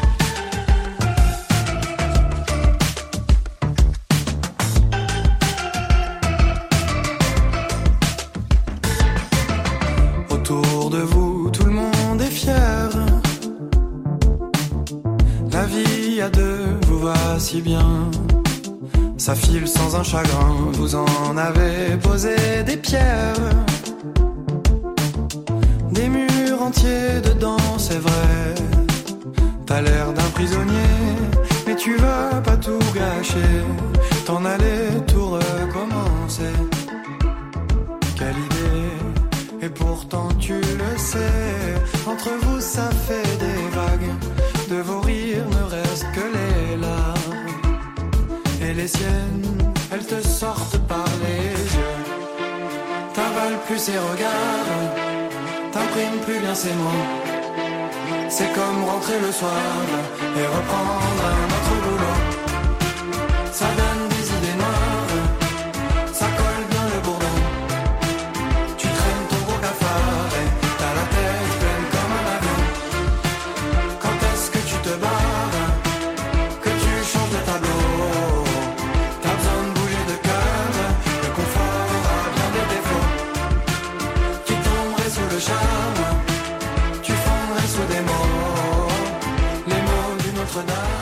Autour de vous, tout le monde est fier. La vie à deux vous va si bien. Ça file sans un chagrin, vous en avez posé des pierres. Des murs entiers dedans, c'est vrai. T'as l'air d'un prisonnier, mais tu vas pas tout gâcher. T'en allais tout recommencer. Quelle idée, et pourtant tu le sais. Entre vous ça fait des vagues, de vos rires ne restent que les larmes. Et les siennes, elles te sortent par les yeux. T'avales plus ses regards, t'imprimes plus bien ses mots. C'est comme rentrer le soir et reprendre un autre boulot. Ça donne des idées noires, ça colle bien le bourdon. Tu traînes ton gros cafard et t'as la tête pleine comme un avion. Quand est-ce que tu te barres, que tu changes de tableau? T'as besoin de bouger de cœur, le confort a bien des défauts. Tu tomberais sous le charme, tu fondrais sous des mots, les mots d'une autre dame.